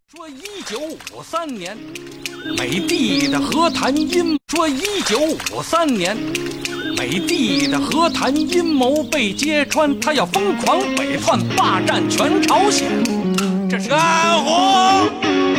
说1953年，美帝的和谈阴。说1953年，美帝的和谈阴谋被揭穿，他要疯狂北窜，霸占全朝鲜。这是安虎，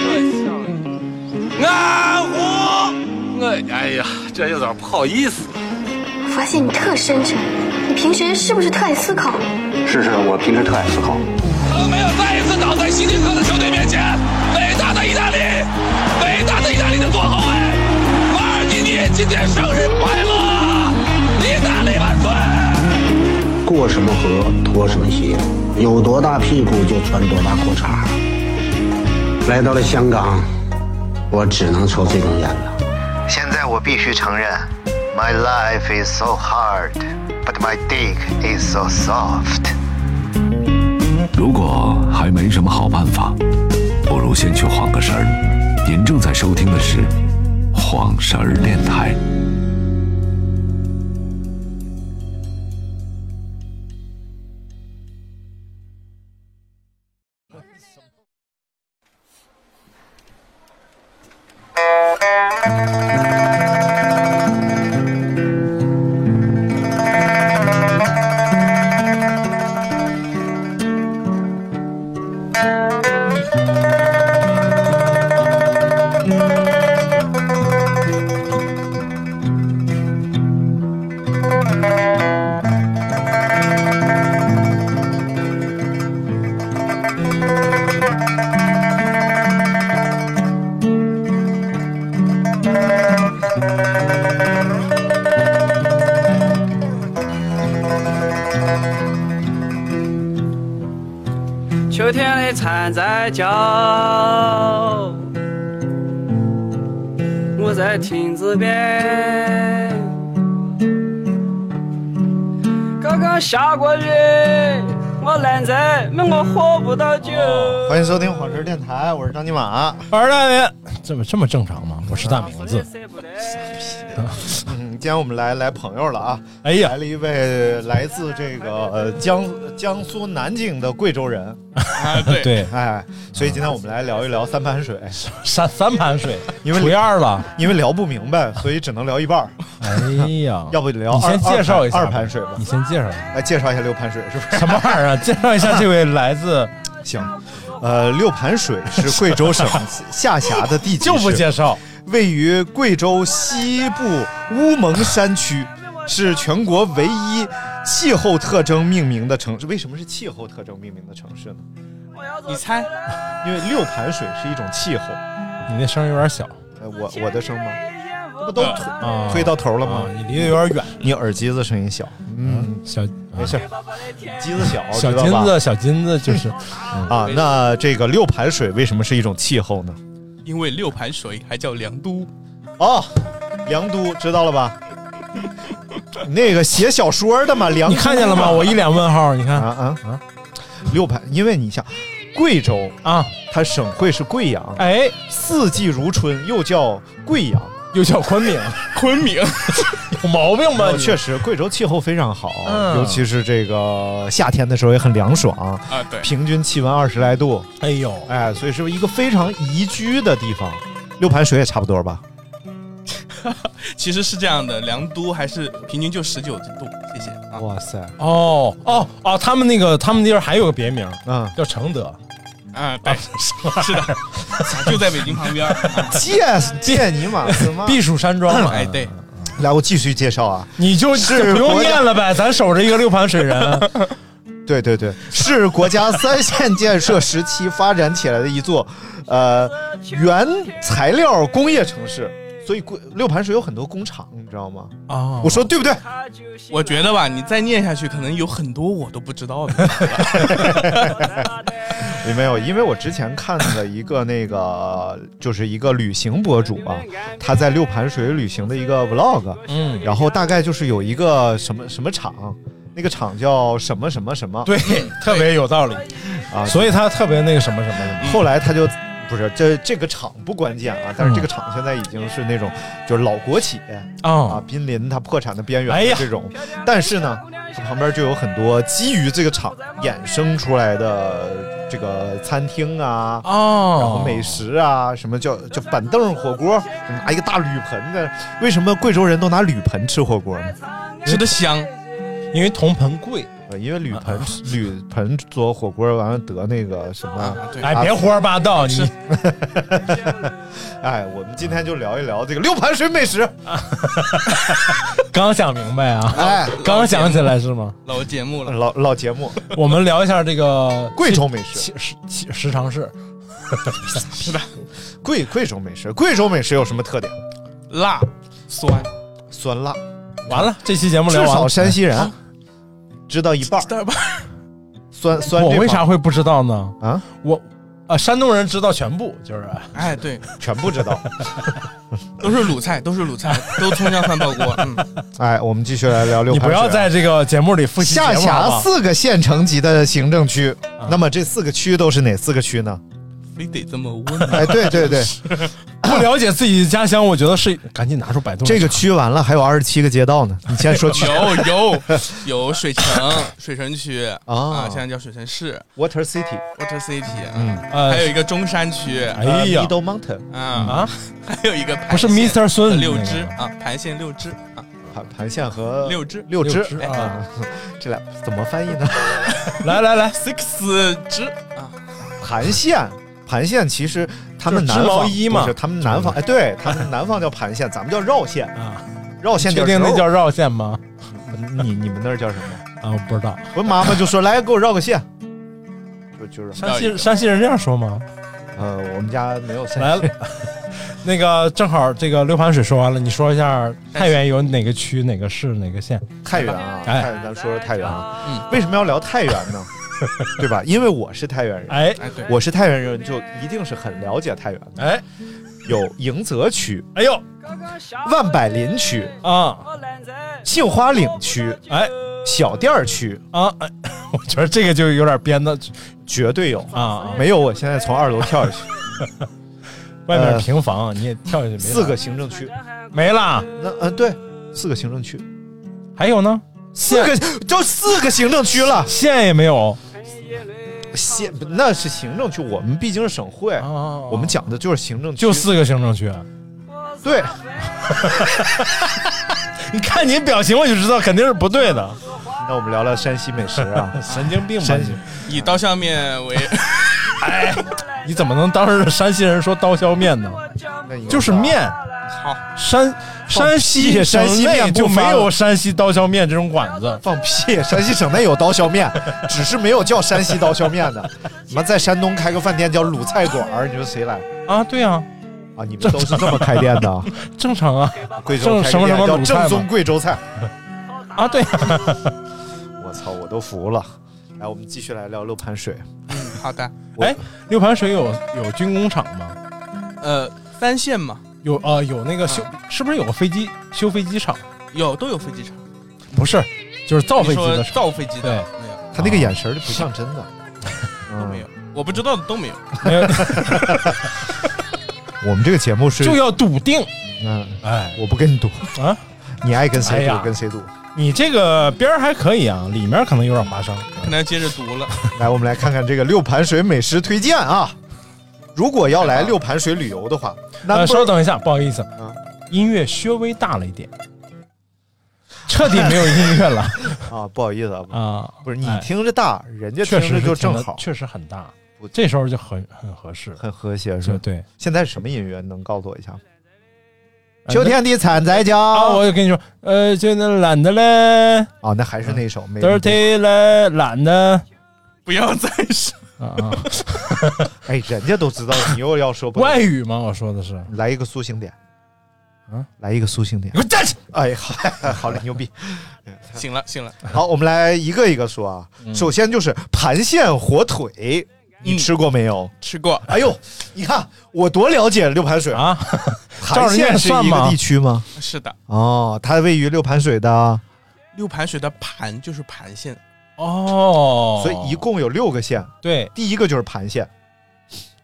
安虎。哎呀，这有点不好意思。 我发现你特深沉，你平时是不是特爱思考？ 是，我平时特爱思考。 没有再一次倒在希特勒的球队面前。伟大的意大利，伟大的意大利的左后卫马尔蒂尼，今天生日快乐！意大利万岁！ 过什么河脱什么鞋，有多大屁股就穿多大裤衩。来到了香港，我只能抽这种烟了。 现在我必须承认 ，My life is so hard, but my dick is so soft。 如果还没什么好办法，不如先去晃个神儿。您正在收听的是晃神儿电台。 秋天的蝉在叫，我在亭子边。刚刚下过雨，我懒在，我喝不到酒。 欢迎收听晃神电台，我是张金马， 我是大明。这么正常吗？我是大名字。 今天我们来朋友了啊！ 哎呀， 来了一位来自这个江苏南京的贵州人。 对， 哎，所以今天我们来聊一聊三盘水。 三盘水， 因为除以二了， 因为聊不明白，所以只能聊一半。 哎呀， 要不聊？ 你先介绍一下二盘水吧。 你先介绍一下， 来介绍一下六盘水是不是？ 什么玩意儿啊？介绍一下这位来自行，六盘水是贵州省下辖的地级市， 就不介绍。 位于贵州西部乌蒙山区，是全国唯一气候特征命名的城市。为什么是气候特征命名的城市呢？ 你猜？ 因为六盘水是一种气候。 你那声有点小。 我的声吗？不都推到头了吗？ 你离得有点远， 你耳机子声音小。 小没事，机子小， 小金子就是啊。那这个六盘水为什么是一种气候呢？ 因为六盘水还叫凉都。 哦，凉都知道了吧？那个写小说的嘛，凉都。 你看见了吗？我一脸问号。你看六盘，因为你想贵州啊， 它省会是贵阳， 哎， 四季如春，又叫贵阳， 又叫昆明，有毛病吧？ 确实，贵州气候非常好，尤其是这个夏天的时候也很凉爽啊，对， 平均气温20来度。 哎呦， 哎，所以是一个非常宜居的地方。六盘水也差不多吧？ 其实是这样的，凉都还是平均就19度。谢谢。 哇塞！ 哦，他们地儿还有个别名，叫承德。 对，是的，就在北京旁边。 借你马斯吗？ 避暑山庄嘛。 哎，对。 来，我继续介绍啊， 你就是不用念了呗，咱守着一个六盘水人。 对，是国家3线建设时期发展起来的一座原材料工业城市，所以六盘水有很多工厂，你知道吗？ 啊， 我说对不对？ 我觉得吧，你再念下去，可能有很多我都不知道的。 没有，因为我之前看了一个就是一个旅行博主啊，他在六盘水旅行的一个 vlog，然后大概就是有一个什么厂，那个厂叫什么什么什么， 对，特别有道理啊，所以他特别那个什么什么。 后来他就不是这个厂不关键啊，但是这个厂现在已经是那种就是老国企濒临它破产的边缘的这种，但是呢，它旁边就有很多基于这个厂衍生出来的这个餐厅啊，然后美食啊，什么叫板凳火锅，拿一个大铝盆的。为什么贵州人都拿铝盆吃火锅呢？ 吃得香， 因为铜盆贵。 因为铝盆做火锅完了得那个什么， 别胡说八道你。 我们今天就聊一聊这个六盘水美食。 刚想明白啊，刚想起来是吗？ 老节目了， 老节目。 我们聊一下这个贵州美食， 时常是。 是的，贵州美食，贵州美食有什么特点？ 辣、酸辣。 完了，这期节目聊完了。 至少山西人。知道一半，酸。 我为啥会不知道呢？山东人知道全部，就是对， 全部知道， 都是鲁菜，都葱姜蒜爆锅。 我们继续来聊六盘水。 你不要在这个节目里复习节目。 下辖4个县城级的行政区，那么这4个区都是哪4个区呢？ 非得这么问？ 对。 不了解自己的家乡，我觉得是赶紧拿出百度。 这个区完了，还有27个街道呢。你先说区。 有水城区现在叫水城市 Water City， 还有一个中山区 ，Middle Mountain 还有一个不是 Mr. 孙 6支盘县6支盘县和 6支这俩怎么翻译呢？ 来 6支盘县其实他们南方嘛， 是他们南方对他们南方叫盘县，咱们叫绕县绕县。 确定那叫绕县吗？ 你们那儿叫什么我不知道。 我妈妈就说来给我绕个县， 就是山西人这样说吗？ 我们家没有山西。 来了，那个正好这个六盘水说完了，你说一下太原有哪个区、哪个市、哪个县？ 太原咱说太原为什么要聊太原呢？对吧？因为我是太原人，我是太原人，就一定是很了解太原的。有迎泽区，万柏林区杏花岭区，小店区我觉得这个就有点编的， 绝对有没有我现在从2楼跳下去， 外面平房你也跳下去 ，4个行政区没了。 那对，4个行政区， 还有呢 ？4个行政区了， 县也没有。 县那是行政区，我们毕竟是省会，我们讲的就是行政区， 就4个行政区。 对， 你看你表情我就知道肯定是不对的。 那我们聊聊山西美食神经病吧！ 以刀削面为， 你怎么能当着山西人说刀削面呢？就是面。 好， 山西面就没有山西刀削面这种馆子。 放屁！山西省内有刀削面，只是没有叫山西刀削面的。你们在山东开个饭店叫鲁菜馆，你说谁来对啊， 你们都是这么开店的？ 正常啊， 贵州什么叫正宗贵州菜对。 我操，我都服了。来，我们继续来聊六盘水。 好的。 六盘水有军工厂吗 ？3线嘛。 有那个是不是有个修飞机厂？ 都有飞机厂。 不是，就是造飞机的。 造飞机的没有。 他那个眼神就不像真的。 都没有，我不知道的都没有。 我们这个节目是就要笃定。 我不跟你赌你爱跟谁赌跟谁赌。 你这个边儿还可以啊，里面可能有点划伤， 可能接着读了。 来，我们来看看这个六盘水美食推荐啊。如果要来六盘水旅游的话， 稍等一下，不好意思音乐稍微大了一点，彻底没有音乐了不好意思不是你听着大，人家听着就正好， 确实很大，这时候就很合适， 很和谐，是吧？ 对。 现在是什么音乐？能告诉我一下吗？秋天的蝉在叫我就跟你说，就那懒得嘞那还是那首 dirty 嘞，懒得， 不要再说人家都知道你又要说外语吗？我说的是来一个苏醒点来一个苏醒点， 给我站起！ 好嘞，牛逼！ 醒了。 好，我们来一个一个说首先就是盘县火腿，你吃过没有？ 吃过。 哎呦，你看我多了解六盘水盘县是一个地区吗？ 是的。 它位于六盘水的盘就是盘县所以一共有6个县。 对， 第一个就是盘县，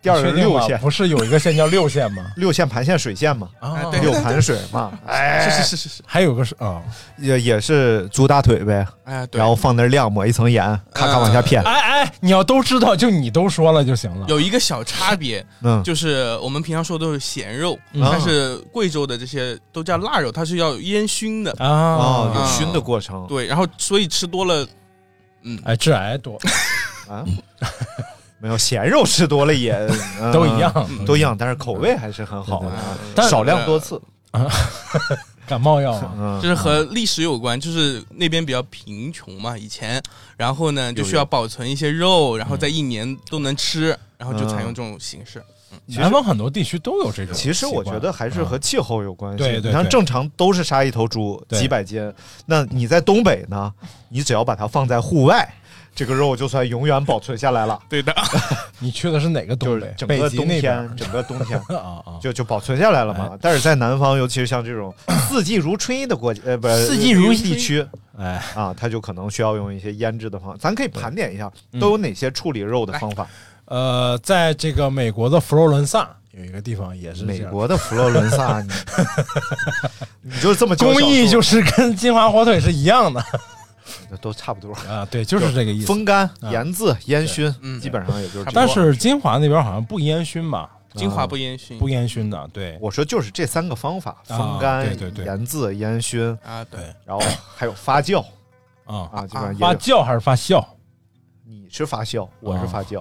第二个是6线， 不是有一个线叫6线吗 ？6线盘线水线嘛， 啊， 六盘水嘛，哎， 是， 还有个是啊， 也是猪大腿呗， 哎，对， 然后放那亮，抹一层盐，咔咔往下片。 哎，你要都知道，就你都说了就行了。 有一个小差别，就是我们平常说的都是咸肉，但是贵州的这些都叫腊肉，它是要烟熏的啊，有熏的过程。 对，然后所以吃多了， 致癌多啊。没有咸肉吃多了也都一样， 都一样，但是口味还是很好的，少量多次。 感冒药啊， 就是和历史有关，就是那边比较贫穷嘛，以前，然后呢就需要保存一些肉，然后在1年都能吃，然后就采用这种形式。 南方很多地区都有这种。 其实我觉得还是和气候有关系。 对， 你看正常都是杀一头猪几百斤，那你在东北呢，你只要把它放在户外。这个肉就算永远保存下来了。 对的， 你去的是哪个东北？ 整个冬天就保存下来了嘛。但是在南方，尤其是像这种四季如春的四季如地区，它就可能需要用一些腌制的方法。咱可以盘点一下，都有哪些处理肉的方法？ 在这个美国的佛罗伦萨有一个地方也是美国的佛罗伦萨，你就是这么工艺就是跟金华火腿是一样的。 都差不多啊，对，就是这个意思。 风干、盐渍、烟熏，基本上也就是这样。 但是金华那边好像不烟熏吧？ 金华不烟熏， 不烟熏的。对， 我说就是这3个方法：风干、盐渍、烟熏啊，对， 然后还有发酵基本上发酵还是发酵？ 你是发酵，我是发酵。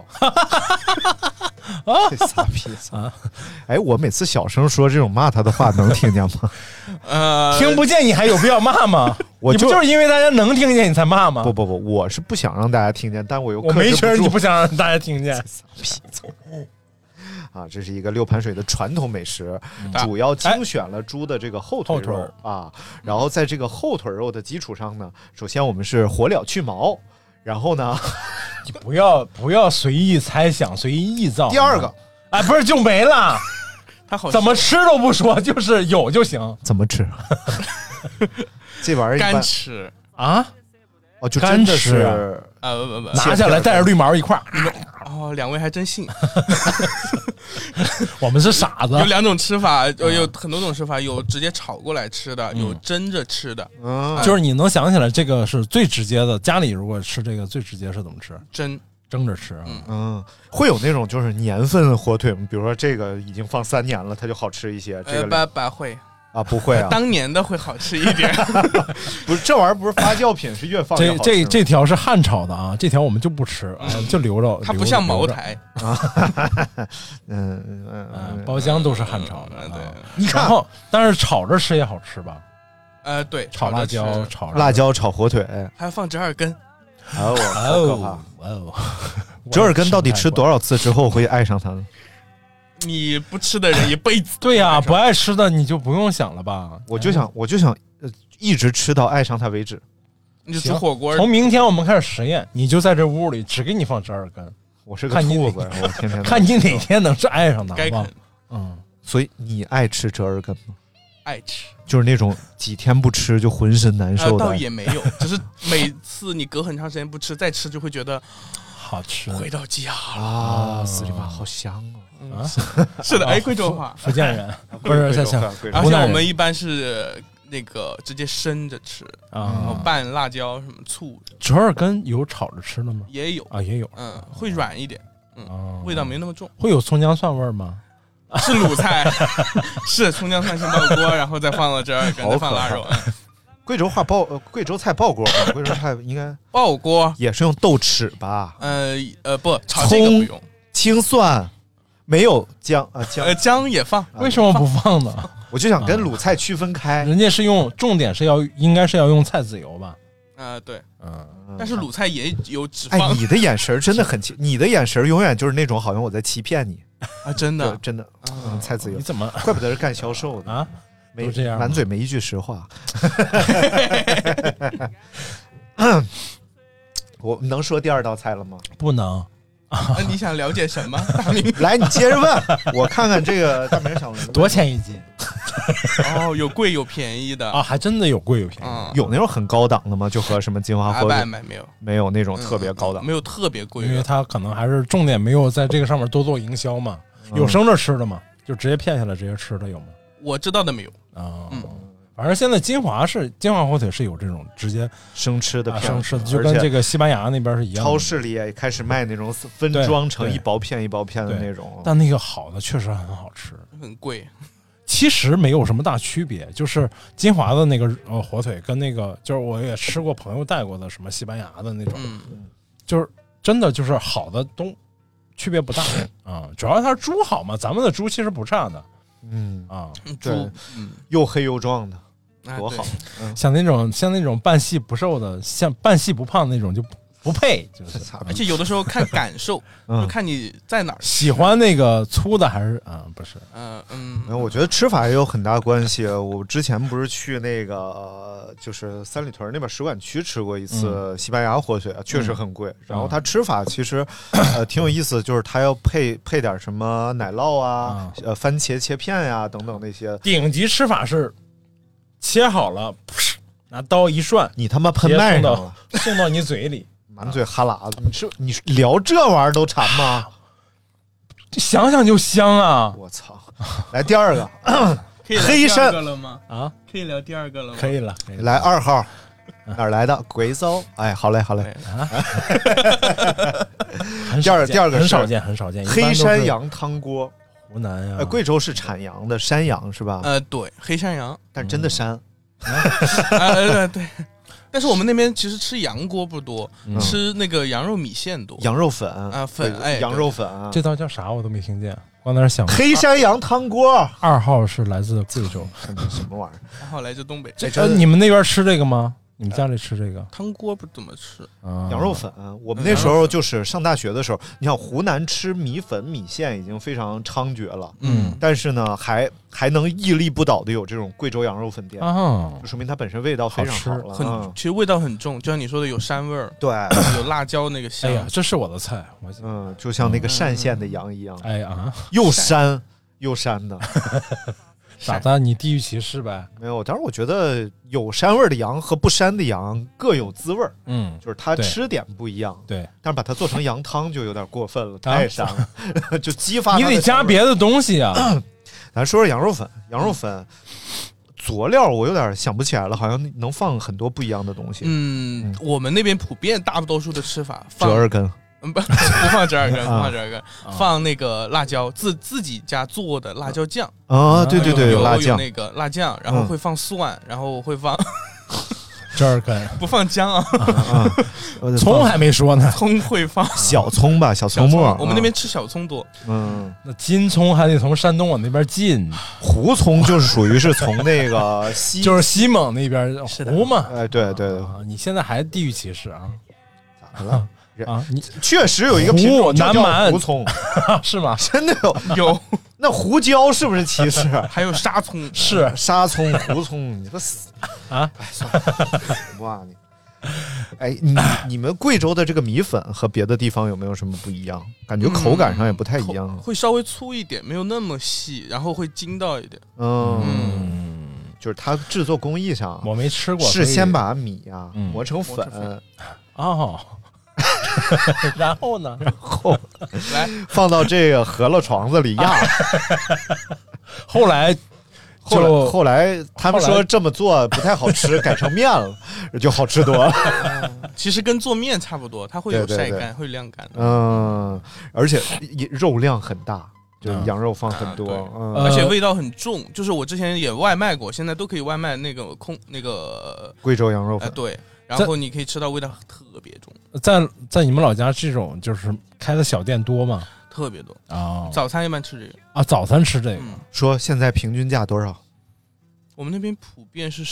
这傻逼啊！哎，我每次小声说这种骂他的话，能听见吗？ 听不见，你还有必要骂吗？你不就是因为大家能听见你才骂吗？ 不，我是不想让大家听见，但我又我没觉得你不想让大家听见。 傻逼啊！这是一个6盘水的传统美食，主要精选了猪的这个后腿肉啊，然后在这个后腿肉的基础上呢，首先我们是火燎去毛。然后呢， 你不要随意猜想，随意臆造。 第二个， 哎，不是就没了， 他好怎么吃都不说，就是有就行。 怎么吃？这玩意儿干吃啊？ 哦，就真的是拿下来带着绿毛一块儿。 哦，2位还真信。 我们是傻子。 有2种吃法，有很多种吃法，有直接炒过来吃的，有蒸着吃的。 就是你能想起来这个是最直接的，家里如果吃这个最直接是怎么吃？蒸着吃。 会有那种就是年份火腿，比如说这个已经放3年了，它就好吃一些。这个不会。 啊，不会啊， 当年的会好吃一点。 不是这玩意儿，不是发酵品，是越放越好吃。 这条是汉炒的啊，这条我们就不吃，就留着。 它不像茅台啊，包浆都是汉炒的。对，你看，但是炒着吃也好吃吧？ 对， 炒辣椒， 辣椒炒火腿， 还要放折耳根。 好可怕！折耳根到底吃多少次之后会爱上它呢？ 你不吃的人一辈子。 对呀，不爱吃的你就不用想了吧。 我就想一直吃到爱上它为止。 你就吃火锅。 从明天我们开始实验，你就在这屋里只给你放折耳根。 我是个兔子，我天天看你哪天能是爱上它。 该啃。 所以你爱吃折耳根吗？ 爱吃， 就是那种几天不吃就浑身难受的。 倒也没有，只是每次你隔很长时间不吃，再吃就会觉得好吃， 回到家啊！斯里马好香哦。是的，贵州话， 福建人不是在想， 而且我们一般是那个直接生着吃然后拌辣椒什么醋。 折耳根有炒着吃的吗？ 也有啊，也有， 会软一点，味道没那么重。 会有葱姜蒜味吗？ 是鲁菜，是葱姜蒜先爆锅，然后再放了折耳根，再放腊肉。 贵州话贵州菜爆锅，贵州菜应该爆锅也是用豆豉吧？ 不，炒这个不用， 青蒜没有姜啊， 姜也放， 为什么不放呢？ 我就想跟鲁菜区分开， 人家是用重点是应该是要用菜籽油吧？ 对，但是鲁菜也有脂肪。 哎，你的眼神真的很你的眼神永远就是那种好像我在欺骗你啊！真的， 真的，菜籽油， 你怎么？ 怪不得是干销售的啊！ 没这样， 满嘴没一句实话。我能说第2道菜了吗？ 不能。 你想了解什么？大明， 来，你接着问，我看看这个大明想多钱一斤？ 哦，有贵有便宜的啊，还真的有贵有便宜。 有那种很高档的吗？就和什么金华火腿没有那种特别高档， 没有特别贵， 因为它可能还是重点没有在这个上面多做营销嘛。有生着吃的吗？就直接片下来直接吃的有吗？ 我知道的没有啊。反正现在金华火腿是有这种直接生吃的片， 生吃的，就跟这个西班牙那边是一样的。 超市里也开始卖那种分装成一薄片一薄片的那种， 但那个好的确实很好吃， 很贵。 其实没有什么大区别，就是金华的那个火腿跟那个就是我也吃过朋友带过的什么西班牙的那种，就是真的就是好的都区别不大啊。主要它是猪好嘛，咱们的猪其实不差的。 对，又黑又壮的，多好。 像那种半细不瘦的，像半细不胖的那种就不配，就是。 而且有的时候看感受，就看你在哪儿。 喜欢那个粗的还是不是？ 我觉得吃法也有很大关系。我之前不是去那个就是三里屯那边使馆区吃过一次西班牙火腿，确实很贵。然后它吃法其实挺有意思，就是它要配点什么奶酪啊、番茄切片呀等等那些。 顶级吃法是切好了，拿刀一涮， 你他妈喷麦上了， 送到你嘴里。 满嘴哈喇子，你聊这玩意儿都馋吗？ 想想就香啊！ 我操！来第二个， 黑山了吗？ 啊， 可以聊第二个了吗？ 可以了。 来2号，哪儿来的？贵州。哎，好嘞。第二个很少见。 黑山羊汤锅， 湖南呀， 贵州是产羊的，山羊是吧？ 对，黑山羊， 但真的山。 对。但是我们那边其实吃羊锅不多，吃那个羊肉米线多， 羊肉粉羊肉粉， 这道叫啥我都没听见，刚才是想黑山羊汤锅。 2号是来自贵州， 什么玩意儿？2号来自东北。 你们那边吃这个吗？你们家里吃这个汤锅不怎么吃羊肉粉？我们那时候就是上大学的时候，你想湖南吃米粉米线已经非常猖獗了，但是呢还能屹立不倒的有这种贵州羊肉粉店就说明它本身味道非常好了， 其实味道很重，就像你说的有膻味儿， 对， 有辣椒那个香。 哎呀，这是我的菜， 就像那个单县的羊一样， 哎呀， 又膻的。 咋的？你地域歧视呗？ 没有，但是我觉得有膻味的羊和不膻的羊各有滋味就是它吃点不一样， 对。 但是把它做成羊汤就有点过分了，太膻了，就激发你得加别的东西啊。 咱说说羊肉粉，佐料我有点想不起来了，好像能放很多不一样的东西。 我们那边普遍大多数的吃法放折耳根。 不放折耳根，放那个辣椒，自己家做的辣椒酱啊，对，有辣酱， 那个辣酱，然后会放蒜，然后会放折耳根， 不放姜啊， 葱还没说呢， 葱会放小葱吧，小葱末， 我们那边吃小葱多， 那金葱还得从山东往那边进， 胡葱就是属于是从那个就是西蒙那边胡嘛， 哎，对， 你现在还地域歧视啊？ 咋了？ 你确实有一个品种南蛮胡葱，是吗？真的有。 那胡椒是不是歧视？ 还有沙葱， 是沙葱、胡葱，你说死啊？ 哎，算了，哇你！哎，你们贵州的这个米粉和别的地方有没有什么不一样？感觉口感上也不太一样， 会稍微粗一点，没有那么细，然后会筋道一点。 就是它制作工艺上， 我没吃过， 是先把米磨成粉哦。然后呢？ 然后来放到这个饸饹床子里压。 后来他们说这么做不太好吃，改成面了，就好吃多了。 其实跟做面差不多，它会有晒干，会晾干。 而且肉量很大，就是羊肉放很多， 而且味道很重。就是我之前也外卖过，现在都可以外卖那个贵州羊肉粉， 对。然后你可以吃到味道特别重。 在你们老家这种就是开的小店多吗？ 特别多啊！ 早餐一般吃这个啊，早餐吃这个。 说现在平均价多少？ 我们那边普遍是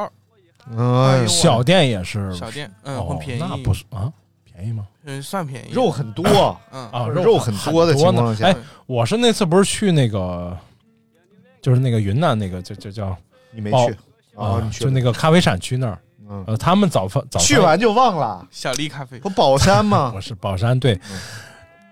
12。 小店也是小店，很便宜。 那不是啊，便宜吗？ 算便宜。 肉很多，肉很多的情况下。 哎，我是那次不是去那个，就是那个云南那个叫你没去啊？就那个咖啡产区那儿。他们早饭去完就忘了。 小丽咖啡不宝山吗？ 我是宝山，对，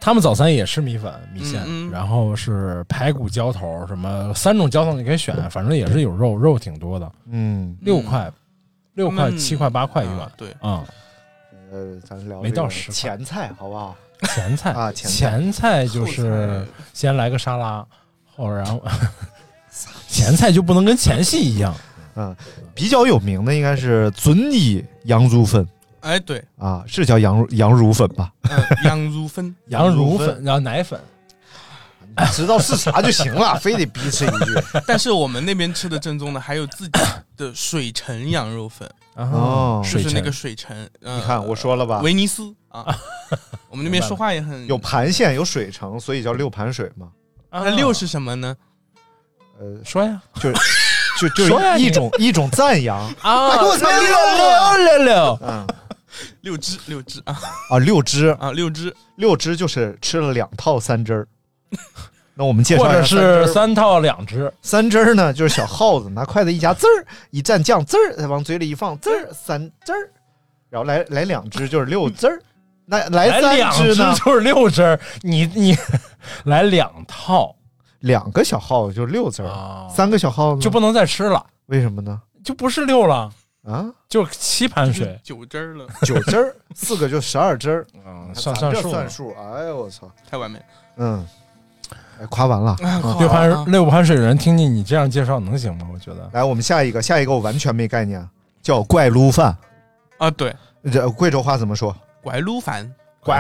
他们早餐也是米粉、米线，然后是排骨浇头，什么3种浇头你可以选，反正也是有肉挺多的。6块、7块、8块一碗。 对啊， 咱聊没到10 前菜好不好？ 前菜啊， 前菜就是先来个沙拉，然后前菜就不能跟前戏一样。 比较有名的应该是遵义羊乳粉。 哎，对啊，是叫羊乳粉吧？ 羊乳粉， 羊乳粉，然后奶粉， 你知道是啥就行了，非得逼吃一句。 但是我们那边吃的正宗的还有自己的水城羊肉粉就是那个水城。 你看我说了吧， 威尼斯啊，我们那边说话也很有盘线有水城，所以叫6盘水嘛。 那6是什么呢？ 说呀， 就是一种赞扬啊！我操，6 6只啊 ，6只啊 ，6只就是吃了2套3汁儿。那我们介绍或者是3套2只 ，3汁儿呢就是小耗子拿筷子一夹滋儿，一蘸酱滋儿，再往嘴里一放滋儿，3汁儿，然后来2只就是6汁儿，那来3只呢就是6汁儿，你来2套 ，2个小耗子就是6汁儿，3个小耗子就不能再吃了， 为什么呢？ 就不是6了。 啊， 就7盘水 ，9汁儿了 ，9汁儿，4个就12汁儿， 算数，哎呦我操， 太完美， 夸完了 ，6盘水人听见你这样介绍能行吗？我觉得， 来，我们下一个我完全没概念，叫怪撸饭啊，对， 这贵州话怎么说？ 怪撸饭，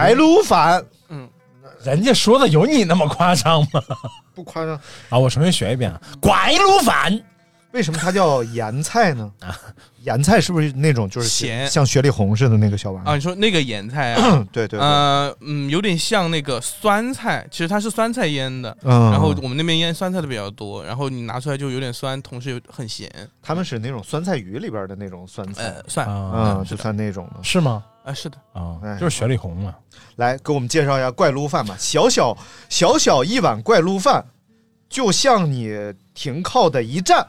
人家说的有你那么夸张吗？ 不夸张啊，我重新学一遍，怪撸饭。 为什么它叫盐菜呢？盐菜是不是那种就是咸， 像雪里红似的那个小玩意儿啊？你说那个盐菜啊？ 对对， 有点像那个酸菜，其实它是酸菜腌的，然后我们那边腌酸菜的比较多，然后你拿出来就有点酸，同时又很咸。 他们是那种酸菜鱼里边的那种酸菜，就算那种的， 是吗？ 是的啊，就是雪里红嘛。 来给我们介绍一下怪撸饭吧，小小一碗怪撸饭，就像你停靠的一站。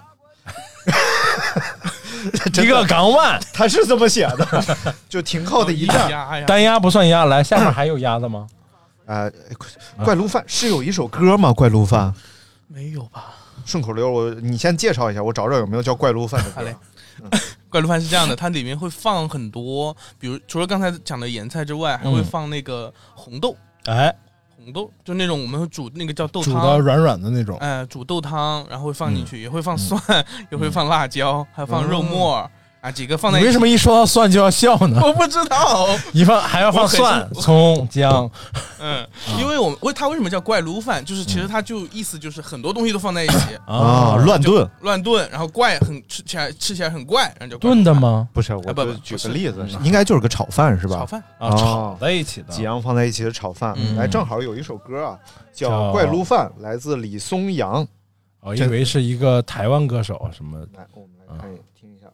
一个港湾， 他是这么写的，就停靠的一站， 单鸭不算鸭。来，下面还有鸭子吗？ 怪撸饭是有一首歌吗？怪撸饭没有吧？ 顺口溜，你先介绍一下，我找找有没有叫怪撸饭的歌。 好嘞，怪撸饭是这样的，它里面会放很多，比如除了刚才讲的盐菜之外，还会放那个红豆，红豆就那种我们会煮那个叫豆汤， 煮的软软的那种， 煮豆汤，然后会放进去，也会放蒜，也会放辣椒，还放肉末啊，几个放在一起。 你为什么一说到蒜就要笑呢？ 我不知道， 还要放蒜、葱、姜， 因为它为什么叫怪撸饭？就是其实它就意思就是很多东西都放在一起啊， 乱炖，然后怪吃起来很怪，然后叫炖的吗？ 不是，我举个例子，应该就是个炒饭是吧？ 炒饭啊，炒在一起的， 几样放在一起的炒饭。来，正好有一首歌啊，叫《怪撸饭》，来自李松阳。 我以为是一个台湾歌手什么。 来，我们来看听一下。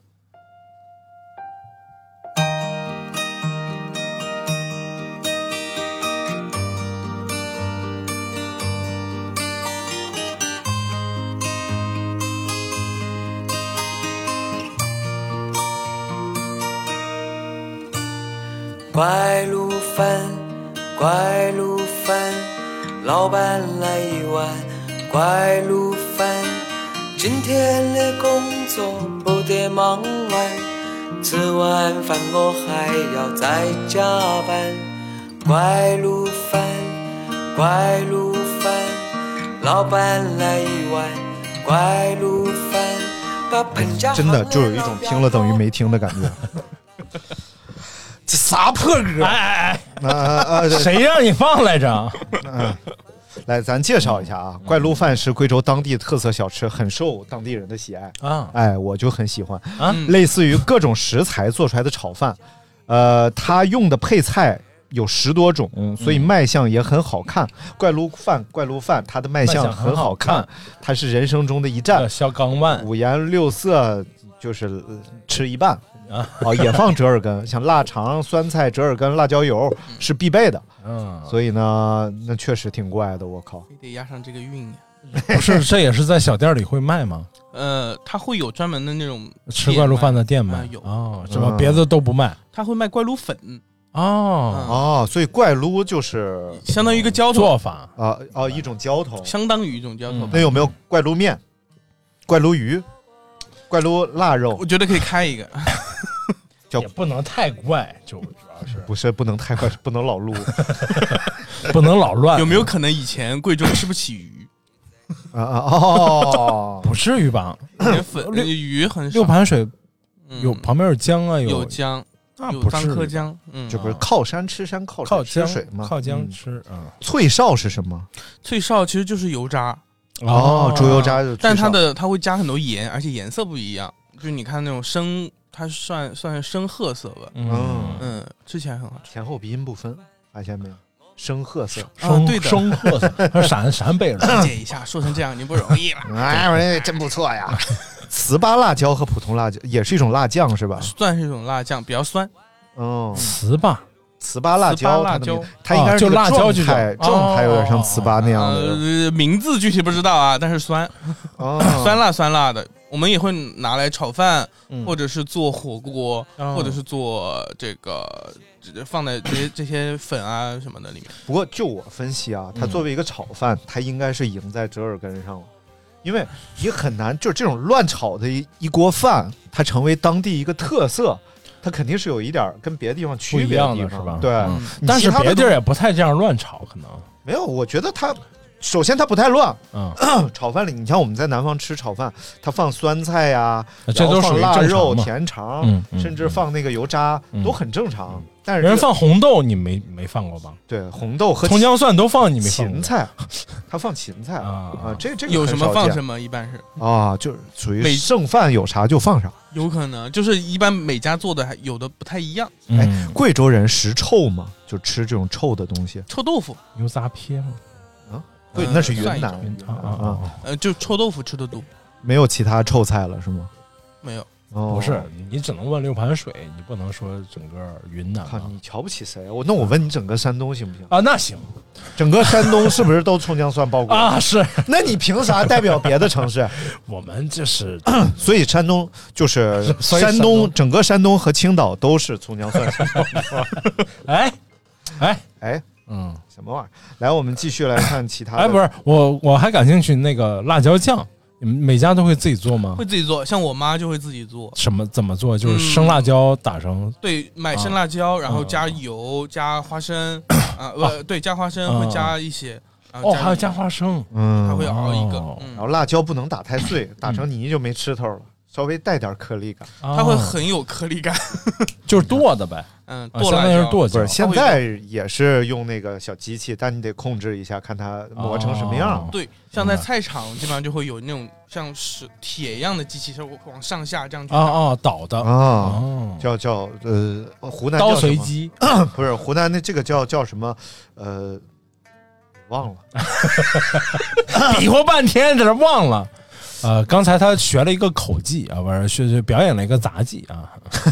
怪撸饭，怪撸饭，老板来一碗怪撸饭。今天的工作不得忙完，吃完饭我还要再加班。怪撸饭，怪撸饭，老板来一碗怪撸饭。把盆夹真的就有一种听了等于没听的感觉。这啥破歌？ 谁让你放来着？ 来，咱介绍一下啊，怪撸饭是贵州当地特色小吃，很受当地人的喜爱啊。我就很喜欢啊，类似于各种食材做出来的炒饭，它用的配菜有10多种，所以卖相也很好看。怪撸饭，它的卖相很好看，它是人生中的一站， 小港湾， 五颜六色，就是吃一半。也放折耳根，像腊肠、酸菜、折耳根、辣椒油是必备的。所以呢，那确实挺怪的。我靠， 你得压上这个韵呀。 不是，这也是在小店里会卖吗？ 它会有专门的那种吃怪撸饭的店卖， 有是吧？别的都不卖。 他会卖怪撸粉所以怪撸就是相当于一个浇头做法一种浇头， 相当于一种浇头。 那有没有怪撸面、怪撸鱼、怪撸腊肉？ 我觉得可以开一个， 也不能太怪，就主要是不是不能太怪，不能老撸， 不能老乱。 有没有可能以前贵州吃不起鱼？ 不至于吧？ 鱼很少。 六盘水有旁边有江啊， 有江，有牂柯江， 这不是靠山吃山，靠水吃水吗？ 靠江吃脆哨是什么？ 脆哨其实就是油渣猪油渣， 但它会加很多盐，而且颜色不一样。就你看那种深，它算深褐色吧。吃起来很好吃， 前后鼻音不分，发现没有？深褐色， 对的， 深褐色，陕北人理解一下，说成这样已经不容易了。 哎，真不错呀！糍粑辣椒和普通辣椒也是一种辣酱是吧？ 算是一种辣酱，比较酸。 糍粑辣椒，它应该是就辣椒状态有点像糍粑那样的。 名字具体不知道啊，但是酸酸辣的。我们也会拿来炒饭，或者是做火锅，或者是做这个放在这些粉啊什么的里面。 不过就我分析啊，它作为一个炒饭，它应该是赢在折耳根上了，因为你很难就这种乱炒的一锅饭，它成为当地一个特色，它肯定是有一点跟别的地方区别的地方， 是吧？ 对， 但是别地儿也不太这样乱炒，可能没有。我觉得它。首先它不太乱，炒饭里你像我们在南方吃炒饭，它放酸菜呀， 这都放腊肉、 正甜肠，甚至放那个油渣，都很正常。但是人放红豆你没放过吧？ 对，红豆和葱姜蒜都放，你没放过？ 芹菜，他放芹菜这个有什么放什么，一般是就是属于剩饭有啥就放啥。 有可能就是一般每家做的还有的不太一样。 贵州人食臭吗？就吃这种臭的东西？ 臭豆腐、 牛杂撇吗？ 对，那是云南就臭豆腐吃的多， 没有其他臭菜了是吗？ 没有， 不是，你只能问六盘水，你不能说整个云南。 你瞧不起谁？那我问你，整个山东行不行？ 那行， 整个山东是不是都葱姜蒜爆锅是， 那你凭啥代表别的城市？ 我们这是， 所以山东就是山东，整个山东和青岛都是葱姜蒜爆锅。什么玩意儿？来，我们继续来看其他的。 不是我还感兴趣那个辣椒酱，你们每家都会自己做吗？ 会自己做，像我妈就会自己做。 怎么做？就是生辣椒打成对，买生辣椒，然后加油、加花生对，加花生会加一些。 还要加花生， 还会熬一个。 然后辣椒不能打太碎，打成泥就没吃头了。稍微带点颗粒感， 它会很有颗粒感， 就是剁的呗。 剁辣椒是剁椒。 现在也是用那个小机器，但你得控制一下，看它磨成什么样。 对，像在菜场基本上就会有那种像是铁一样的机器，是往上下这样去倒的叫湖南刀随机， 不是湖南那这个叫什么忘了， 比划半天在这忘了。刚才他学了一个口技啊，不是表演了一个杂技啊，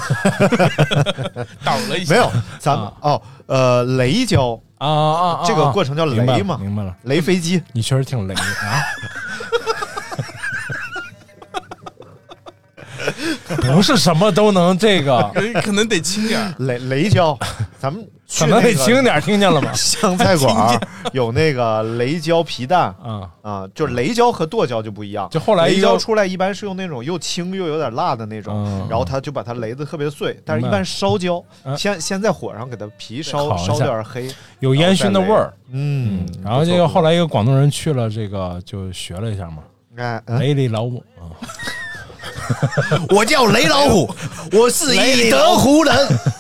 倒了一下。 没有，咱们雷椒这个过程叫雷嘛， 明白了， 雷飞机， 你确实挺雷啊。不是什么都能这个， 可能得轻点。 雷椒，咱们可能得轻点，听见了吗？ 湘菜馆有那个雷椒皮蛋就是雷椒和剁椒就不一样。 就后来雷椒出来一般是用那种又轻又有点辣的那种，然后他就把它雷得特别碎。但是一般烧焦，先在火上给它皮烧点黑， 有烟熏的味儿。然后这个后来一个广东人去了，这个就学了一下嘛。雷老母我叫雷老虎，我是以德服人。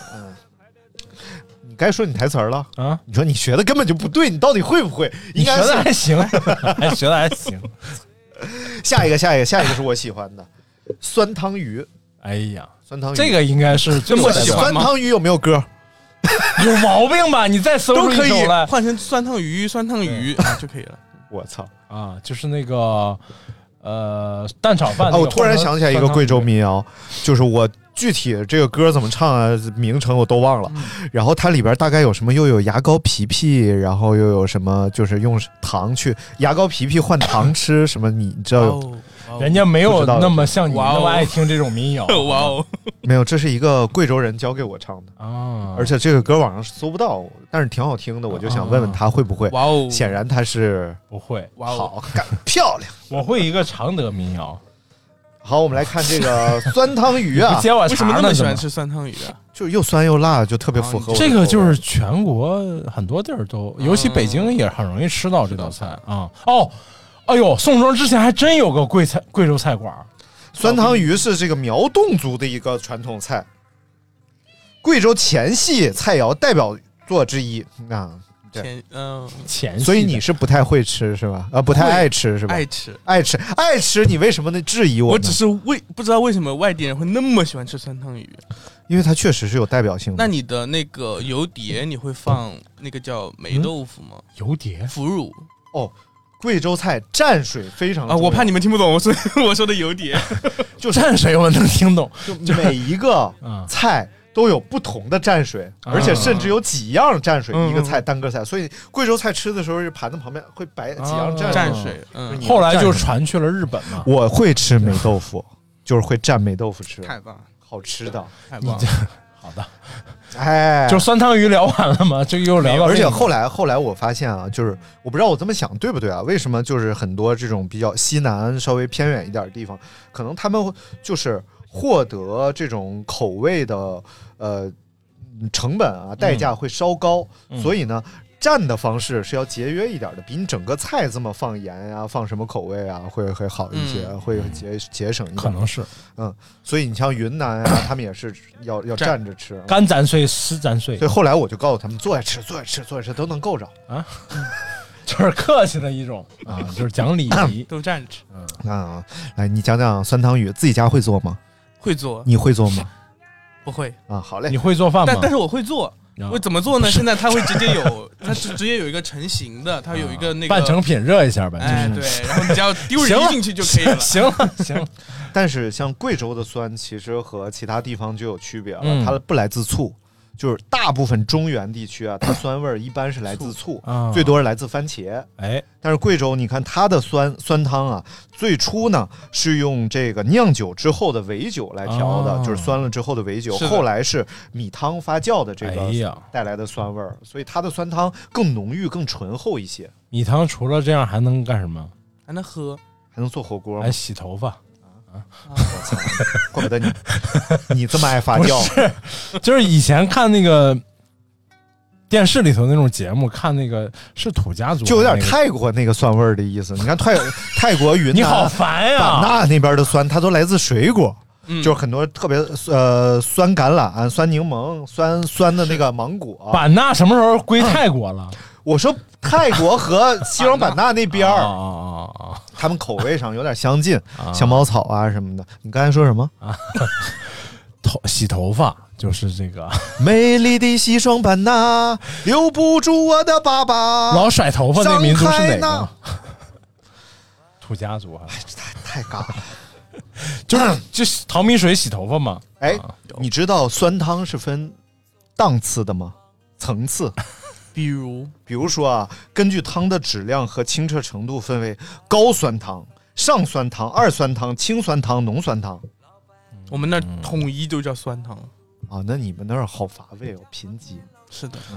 你该说你台词了啊！你说你学的根本就不对，你到底会不会？ 你学的还行，学的还行。 下一个是我喜欢的酸汤鱼。 哎呀， 酸汤鱼这个应该是这么喜欢吗？酸汤鱼有没有歌？ 有毛病吧？你再搜出一首来， 换成酸汤鱼就可以了。 我操就是那个。蛋炒饭。 我突然想起来一个贵州民谣，就是我具体这个歌怎么唱啊，名称我都忘了。然后它里边大概有什么，又有牙膏皮皮，然后又有什么，就是用糖去牙膏皮皮换糖吃什么，你知道有？ 人家没有那么像你那么爱听这种民谣。 哇哦， 没有，这是一个贵州人教给我唱的啊， 而且这个歌网上搜不到，但是挺好听的，我就想问问他会不会。 哇哦， 显然他是不会。 哇哦， 好，漂亮。 我会一个常德民谣。 好，我们来看这个酸汤鱼啊， 接我为什么那么喜欢吃酸汤鱼啊？ 就是又酸又辣，就特别符合我。 这个就是全国很多地儿都，尤其北京也很容易吃到这道菜啊。哦，哎呦，宋庄之前还真有个贵州菜馆， 酸汤鱼是这个苗侗族的一个传统菜，贵州黔系菜肴代表作之一啊。 黔， 所以你是不太会吃是吧？不太爱吃是吧？爱吃，你为什么呢？质疑我？ 我只是不知道为什么外地人会那么喜欢吃酸汤鱼， 因为它确实是有代表性的。 那你的那个油碟你会放那个叫霉豆腐吗？ 油碟、 腐乳哦，贵州菜蘸水非常重要我怕你们听不懂我说的油碟， 就蘸水我能听懂， 就每一个菜。都有不同的蘸水，而且甚至有几样蘸水，一个菜单个菜，所以贵州菜吃的时候，盘子旁边会摆几样蘸水。 后来就传去了日本嘛。 我会吃霉豆腐，就是会蘸霉豆腐吃， 太棒了， 好吃的， 太棒了。 好的， 哎， 就酸汤鱼聊完了吗？这个又聊到， 而且后来我发现啊，就是我不知道我这么想对不对啊？为什么就是很多这种比较西南稍微偏远一点的地方，可能他们就是获得这种口味的成本啊代价会稍高，所以呢蘸的方式是要节约一点的，比你整个菜这么放盐啊放什么口味啊会好一些，会节省一点， 可能是所以你像云南啊他们也是要蘸着吃， 干蘸水湿蘸水， 所以后来我就告诉他们坐下吃都能够着啊。 就是客气的一种啊，就是讲礼仪， 都蘸着吃。 来，你讲讲酸汤鱼，自己家会做吗？ 会做。 你会做吗？ 不会啊。好嘞。 你会做饭吗？ 但是我会做。我怎么做呢？现在它会直接有一个成型的，它有一个那个半成品热一下呗。 哎，对，然后你只要丢人进去就可以了。 行了。 但是像贵州的酸，其实和其他地方就有区别了，它不来自醋。就是大部分中原地区啊，它酸味一般是来自醋，最多是来自番茄。 哎， 但是贵州，你看它的酸汤啊，最初呢是用这个酿酒之后的伪酒来调的，就是酸了之后的伪酒。后来是米汤发酵的这个带来的酸味儿，所以它的酸汤更浓郁、更醇厚一些。 米汤除了这样还能干什么？ 还能喝， 还能做火锅， 还洗头发。 我操！怪不得你这么爱发酵。 不是，就是以前看那个电视里头那种节目，看那个是土家族， 就有点泰国那个酸味的意思。你看泰国云南， 你好烦呀！ 版纳那边的酸，它都来自水果，就是很多特别酸橄榄、酸柠檬、酸的那个芒果。 版纳什么时候归泰国了？ 我说泰国和西双版纳那边他们口味上有点相近，香茅草啊什么的。你刚才说什么啊？ 洗头发就是这个美丽的西双版纳，留不住我的爸爸。 老甩头发那民族是哪个？土家族啊， 太尬了。 就是淘米水洗头发嘛。 哎，你知道酸汤是分档次的吗？层次。比如说啊，根据汤的质量和清澈程度分为高酸汤、上酸汤、二酸汤、轻酸汤、浓酸汤。 我们那统一都叫酸汤啊。那你们那儿好乏味哦，贫瘠。 是的，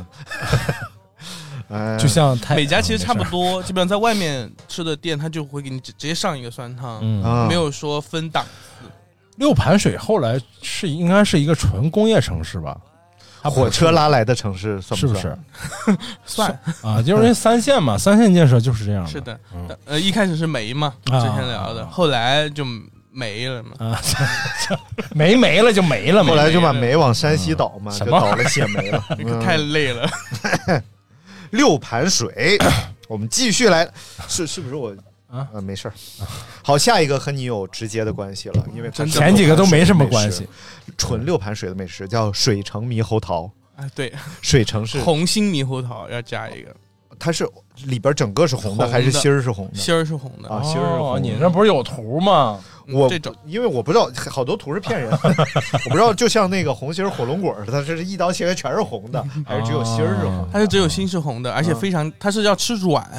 就像每家其实差不多，基本上在外面吃的店，他就会给你直接上一个酸汤，没有说分档次。 六盘水后来应该是一个纯工业城市吧？ 火车拉来的城市算不算？ 算啊，就是三线嘛，三线建设就是这样的。 是的，一开始是煤嘛，之前聊的，后来就没了嘛， 没了就没了嘛， 后来就把煤往山西倒嘛，就倒了血煤了， 太累了。 六盘水，我们继续来，是不是我？没事儿。好，下一个和你有直接的关系了，因为前几个都没什么关系。 纯六盘水的美食叫水城猕猴桃。 对， 水城是红心猕猴桃，要加一个。 它是里边整个是红的，还是芯儿是红的？ 芯儿是红的啊，芯儿是红的。 你这不是有图吗？ 因为我不知道，好多图是骗人，我不知道，就像那个红心火龙果，它是一刀切开全是红的，还是只有芯儿是红的？ 它是只有心是红的，而且非常，它是要吃软。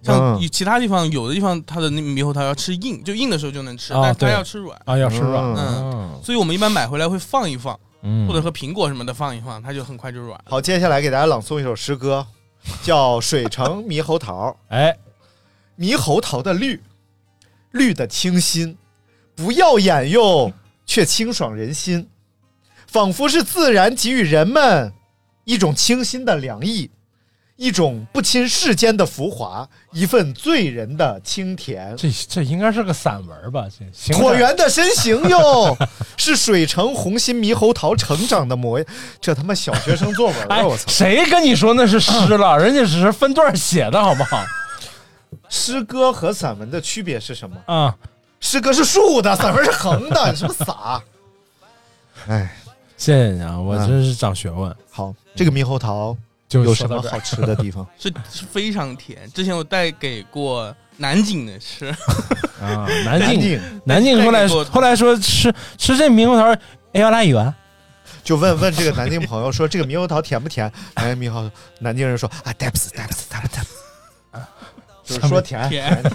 像其他地方有的地方它的那猕猴桃要吃硬，就硬的时候就能吃，但是它要吃软啊，要吃软。 所以我们一般买回来会放一放，或者和苹果什么的放一放，它就很快就软。 好，接下来给大家朗诵一首诗歌，叫《水城猕猴桃》。 哎， 猕猴桃的绿，绿的清新，不耀眼又却清爽人心，仿佛是自然给予人们一种清新的凉意，一种不侵世间的浮华，一份醉人的清甜。 这应该是个散文吧？ 椭圆的身形哟，是水城红心猕猴桃成长的模样。这他妈小学生作文了，我操！ 谁跟你说那是诗了？人家只是分段写的好不好？ 诗歌和散文的区别是什么啊？ 诗歌是竖的，散文是横的，你是不是傻？哎， 谢谢你啊，我真是长学问。 好，这个猕猴桃有什么好吃的地方？ 是非常甜。之前我带给过南京的吃啊，南京后来说吃这猕猴桃，哎要来一碗。 就问这个南京朋友说这个猕猴桃甜不甜？哎，南京人说啊 ，deps， 就是说甜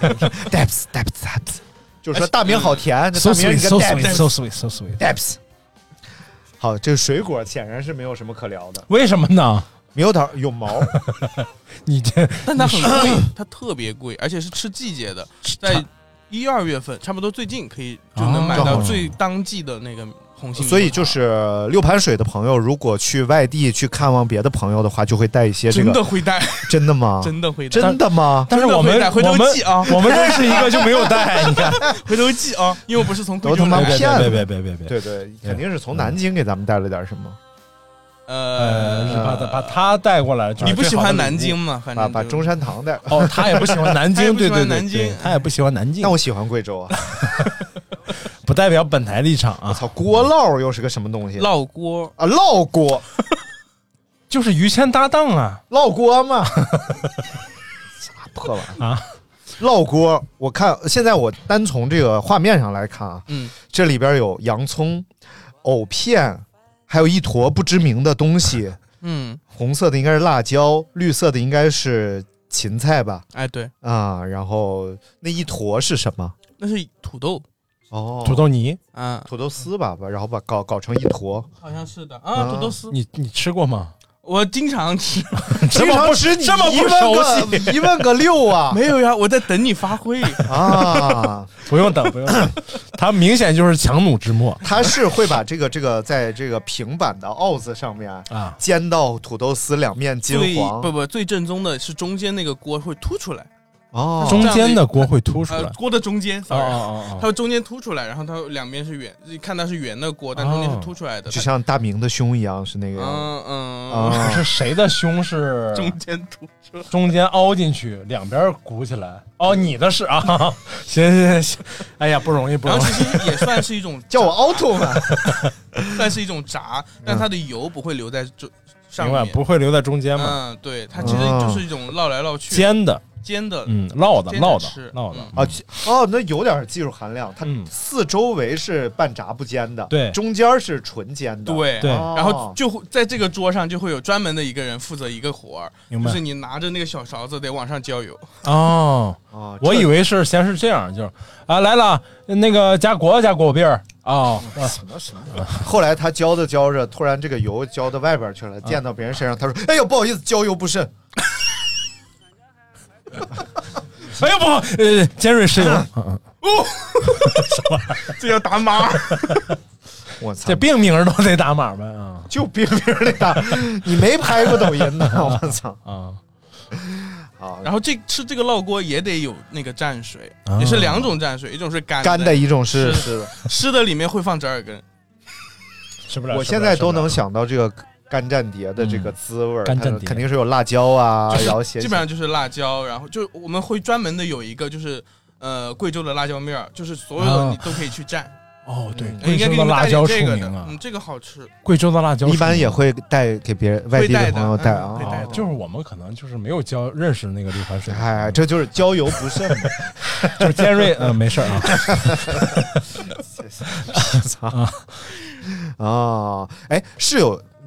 ，deps， 就是说大明好甜， 大明一个 so sweet deps。好，这个水果显然是没有什么可聊的， 为什么呢？ 猕猴桃有毛， 但它很贵，它特别贵，而且是吃季节的，在1、2月份，差不多最近就能买到最当季的那个红心。 所以就是六盘水的朋友，如果去外地去看望别的朋友的话，就会带一些这个。 真的会带？ 真的吗？ 真的会带？ 真的吗？ 但是我们回头记啊， 我们认识一个就没有带，你看， 回头记啊，因为我不是从贵州来， 别， 对，肯定是从南京给咱们带了点什么。 是把他带过来。 你不喜欢南京吗？反正把中山堂带。 哦，他也不喜欢南京，对，他也不喜欢南京。 但我喜欢贵州啊， 不代表本台立场啊。 我操，锅烙又是个什么东西？ 烙锅啊，烙锅就是于谦搭档啊， 烙锅嘛。啥破玩意儿啊？烙锅，我看现在我单从这个画面上来看啊，这里边有洋葱、藕片。还有一坨不知名的东西，红色的应该是辣椒，绿色的应该是芹菜吧？ 哎，对啊，然后那一坨是什么？ 那是土豆哦， 土豆泥啊， 土豆丝吧，然后把搞成一坨， 好像是的啊，土豆丝。 你吃过吗？ 我经常吃， 经常吃，你这么不熟悉， 一问个六啊！ 没有呀，我在等你发挥啊！ 不用等，他明显就是强弩之末。 他是会把这个在这个平板的鏊子上面啊煎到土豆丝两面金黄。 不，最正宗的是中间那个锅会凸出来。 哦， 中间的锅会凸出来， 锅的中间，它会中间凸出来，然后它两边是圆，看它是圆的锅，但中间是凸出来的， 就像大明的胸一样，是那个样。 是谁的胸是中间凸出来， 中间凹进去，两边鼓起来？哦，你的是啊，行，哎呀，不容易。 然后其实也算是一种叫我凹凸嘛， 算是一种炸，但它的油不会留在上面， 不会留在中间嘛？ 对，它其实就是一种绕来绕去煎的，烙的啊哦，那有点技术含量。它四周围是半炸不煎的， 对， 中间是纯煎的， 对。然后就会在这个桌上就会有专门的一个人负责一个活儿，就是你拿着那个小勺子得往上浇油。 哦，我以为是先是这样，就是啊来了，那个加果篦儿啊， 什么。后来他浇着，突然这个油浇到外边去了，溅到别人身上，他说：“哎呦，不好意思，浇油不慎。” 哎呦不好，尖锐湿油。 什么？这要打码？ 我操！ 这病名都得打码呗啊！ 就病名得打，你没拍过抖音呢？我操啊！ 然后吃这个烙锅也得有那个蘸水，也是两种蘸水，一种是干的，一种是湿的。 湿的里面会放折耳根， 吃不了。 我现在都能想到这个干蘸碟的这个滋味，肯定是有辣椒啊，然后基本上就是辣椒，然后就我们会专门的有一个就是贵州的辣椒面，就是所有的你都可以去蘸。 哦，对， 应该给你们带点这个的，这个好吃。 贵州的辣椒一般也会带给别人外地的朋友带啊， 就是我们可能就是没有认识那个六盘水， 哎，这就是浇油不慎嘛， 就是尖锐，没事啊。操啊！哎，是有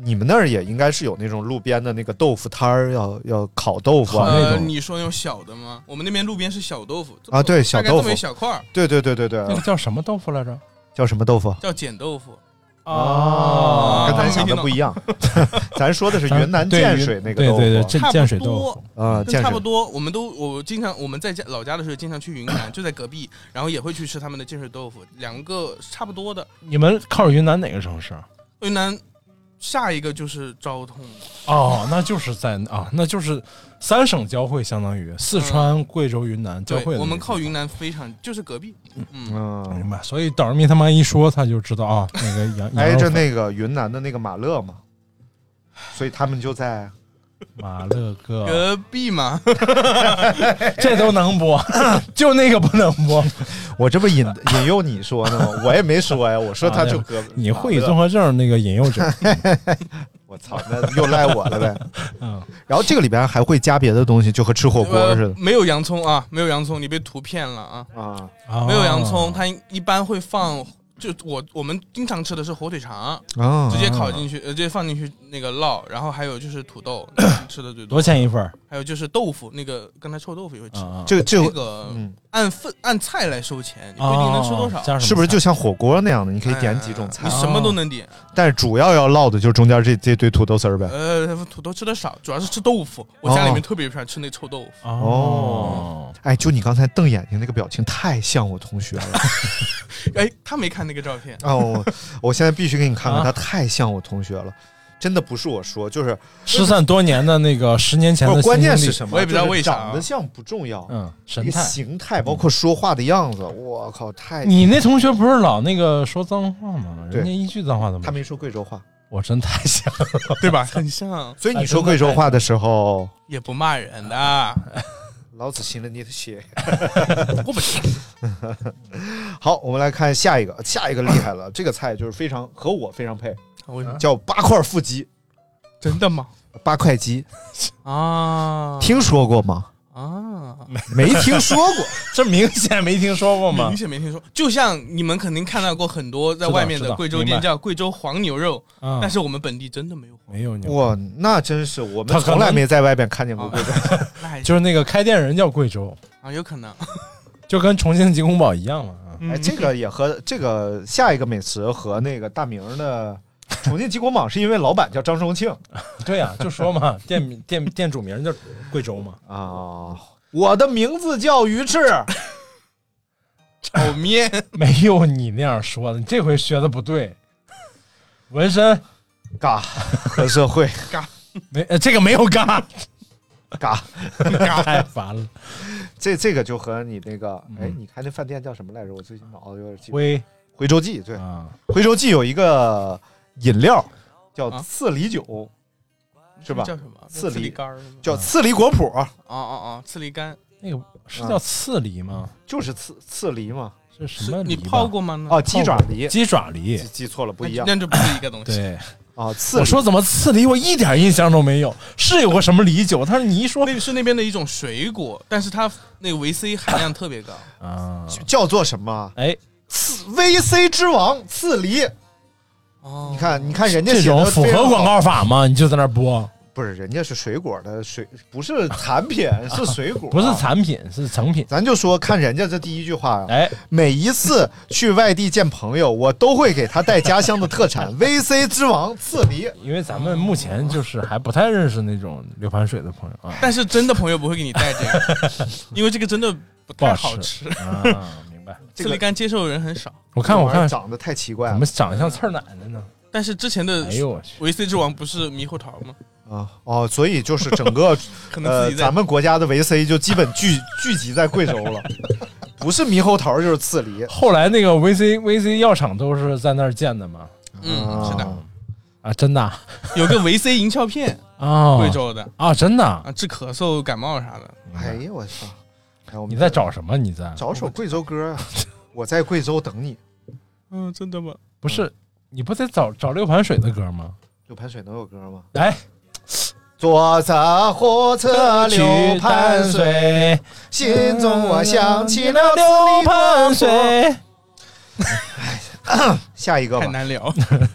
你们那儿也应该是有那种路边的那个豆腐摊儿，要烤豆腐啊那种。 你说那种小的吗？我们那边路边是小豆腐啊，对，小豆腐， 这么一小块。 对， 那个叫什么豆腐来着？ 叫什么豆腐？ 叫碱豆腐。 哦，跟咱想的不一样，咱说的是云南建水那个豆腐， 对，建水豆腐啊， 差不多。我们在老家的时候经常去云南，就在隔壁，然后也会去吃他们的建水豆腐，两个差不多的。 你们靠云南哪个城市？ 云南下一个就是昭通。 哦，那就是那就是3省交汇，相当于四川、贵州、云南交汇。 我们靠云南非常就是隔壁。 明白。所以导人迷他妈一说，他就知道啊，那个挨着那个云南的那个马勒嘛，所以他们就在马勒隔壁嘛。 这都能播，就那个不能播。 我这不引诱你说呢吗？我也没说呀，我说他就隔壁。 你会议综合症那个引诱者。 我操，那又赖我了呗。然后这个里边还会加别的东西，就和吃火锅似的。 没有洋葱啊，没有洋葱，你被图骗了啊！没有洋葱，它一般会放。就我们经常吃的是火腿肠，直接烤进去，直接放进去那个烙，然后还有就是土豆，吃的最多。 多钱一份？ 还有就是豆腐，那个刚才臭豆腐也会吃。 这个按菜来收钱，你不一定能吃多少。 是不是就像火锅那样的？你可以点几种菜， 你什么都能点。 但是主要要烙的就是中间这堆土豆丝儿呗。 土豆吃的少，主要是吃豆腐。我家里面特别喜欢吃那臭豆腐。 哦，哎，就你刚才瞪眼睛那个表情，太像我同学了。 哎，他没看那个照片哦，我现在必须给你看看，他太像我同学了，真的不是我说，就是失散多年的那个10年前的。 关键是什么？ 我也不知道为啥， 长得像不重要， 神态、 形态，包括说话的样子，我靠，太…… 你那同学不是老那个说脏话吗？人家一句脏话都没。 他没说贵州话， 我真太像了， 对吧？很像。 所以你说贵州话的时候也不骂人的。 老子信了你的邪。 我不信。 好，我们来看下一个厉害了，这个菜就是和我非常配，叫8块腹肌。 真的吗 ？8块鸡啊？ 听说过吗？ 啊， 没听说过。 这明显没听说过吗？ 明显没听说。就像你们肯定看到过很多在外面的贵州店叫贵州黄牛肉，但是我们本地真的没有牛。 哇，那真是我们从来没在外边看见过贵州。 就是那个开店人叫贵州啊，有可能。 就跟重庆吉宫堡一样嘛。 哎，这个也和这个下一个美食和那个大名的重庆吉宫堡是因为老板叫张荣庆。 对呀，就说嘛，店主名叫贵州嘛。 啊，我的名字叫鱼翅炒面。 没有你那样说的，你这回学的不对。纹身嘎和社会嘎没这个没有嘎嘎太烦了。 这个就和你那个你看那饭店叫什么来着？我最近脑子有点记不清。徽州记，对，徽州记有一个饮料叫刺梨酒，是吧？ 叫什么？ 刺梨干叫刺梨果脯。 刺梨干， 那个是叫刺梨吗？ 就是刺梨嘛。 是什么梨？ 你泡过吗？ 哦，鸡爪梨，记错了，不一样， 那就不是一个东西。 对。 我说怎么刺梨，我一点印象都没有。是有个什么梨酒，但是你一说那是那边的一种水果，但是它那个维 C 含量特别高啊，叫做什么？VC 之王刺梨。哦，你看人家这种符合广告法吗？你就在那播。 不是，人家是水果的不是产品，是水果， 不是产品，是成品。 咱就说看人家这第一句话啊，每一次去外地见朋友，我都会给他带家乡的特产VC 之王刺梨。 因为咱们目前就是还不太认识那种流盘水的朋友啊， 但是真的朋友不会给你带这个，因为这个真的不太好吃啊。明白， 刺梨干接受的人很少。 我看长得太奇怪了， 怎么长得像刺奶奶呢？ 但是之前的VC 之王不是猕猴桃吗？ 所以就是整个咱们国家的维 C 就基本聚集在贵州了，不是猕猴桃就是刺梨。 后来那个 VC 药厂都是在那儿建的嘛？ 是的啊，真的有个维 C 银翘片啊， 贵州的啊，真的啊，治咳嗽感冒啥的。 哎呀，我操！ 你在找什么？你在找首贵州歌啊？我在贵州等你。 真的吗？ 不是，你不在找六盘水的歌吗？ 六盘水能有歌吗？ 哎。 坐着火车六盘水，心中我想起了六盘水。下一个吧， 太难聊。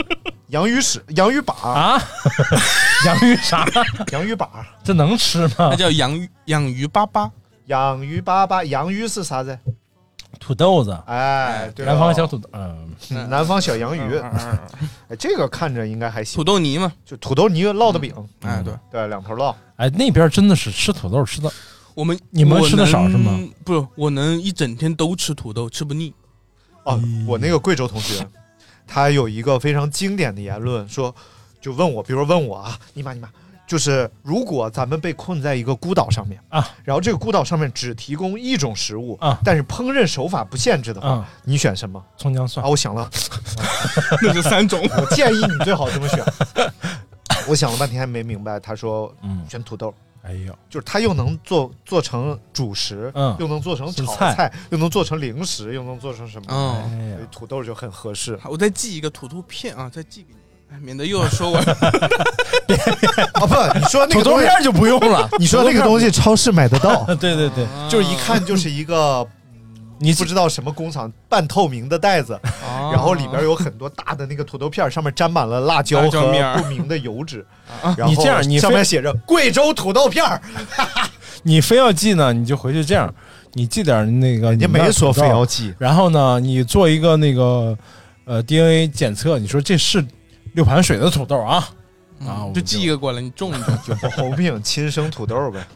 洋芋粑啊，洋芋啥？ 洋芋粑， 这能吃吗？ 那叫洋芋粑粑。 洋芋粑粑，洋芋是啥子？ 土豆子。 哎，对， 南方小土豆， 南方小洋芋。哎，这个看着应该还行。 土豆泥嘛， 就土豆泥烙的饼。 哎，对对，两头烙。 哎，那边真的是吃土豆吃的。你们吃的少是吗？ 不是，我能一整天都吃土豆，吃不腻。 哦，我那个贵州同学，他有一个非常经典的言论，说就问我，比如说问我啊，你妈，就是如果咱们被困在一个孤岛上面啊， 然后这个孤岛上面只提供一种食物啊， 但是烹饪手法不限制的话，你选什么？ 葱姜蒜啊，我想了， 那是3种。 我建议你最好这么选。我想了半天还没明白，他说选土豆。 哎呦， 就是它又能做成主食，又能做成炒菜，又能做成零食，又能做成什么？所以土豆就很合适。 我再寄一个土豆片啊，再寄给你，免得又要说我。 哦不，你说那个土豆片就不用了。 你说那个东西超市买得到。 对， 就是一看就是一个。你不知道什么工厂半透明的袋子，然后里边有很多大的那个土豆片，上面沾满了辣椒和不明的油脂。然后你这样，你上面写着贵州土豆片。 你非要寄呢，你就回去这样，你寄点那个， 你没说非要寄。 然后呢，你做一个那个DNA 检测，你说这是6盘水的土豆啊， 就寄一个过来，你种一种就不红病亲生土豆呗。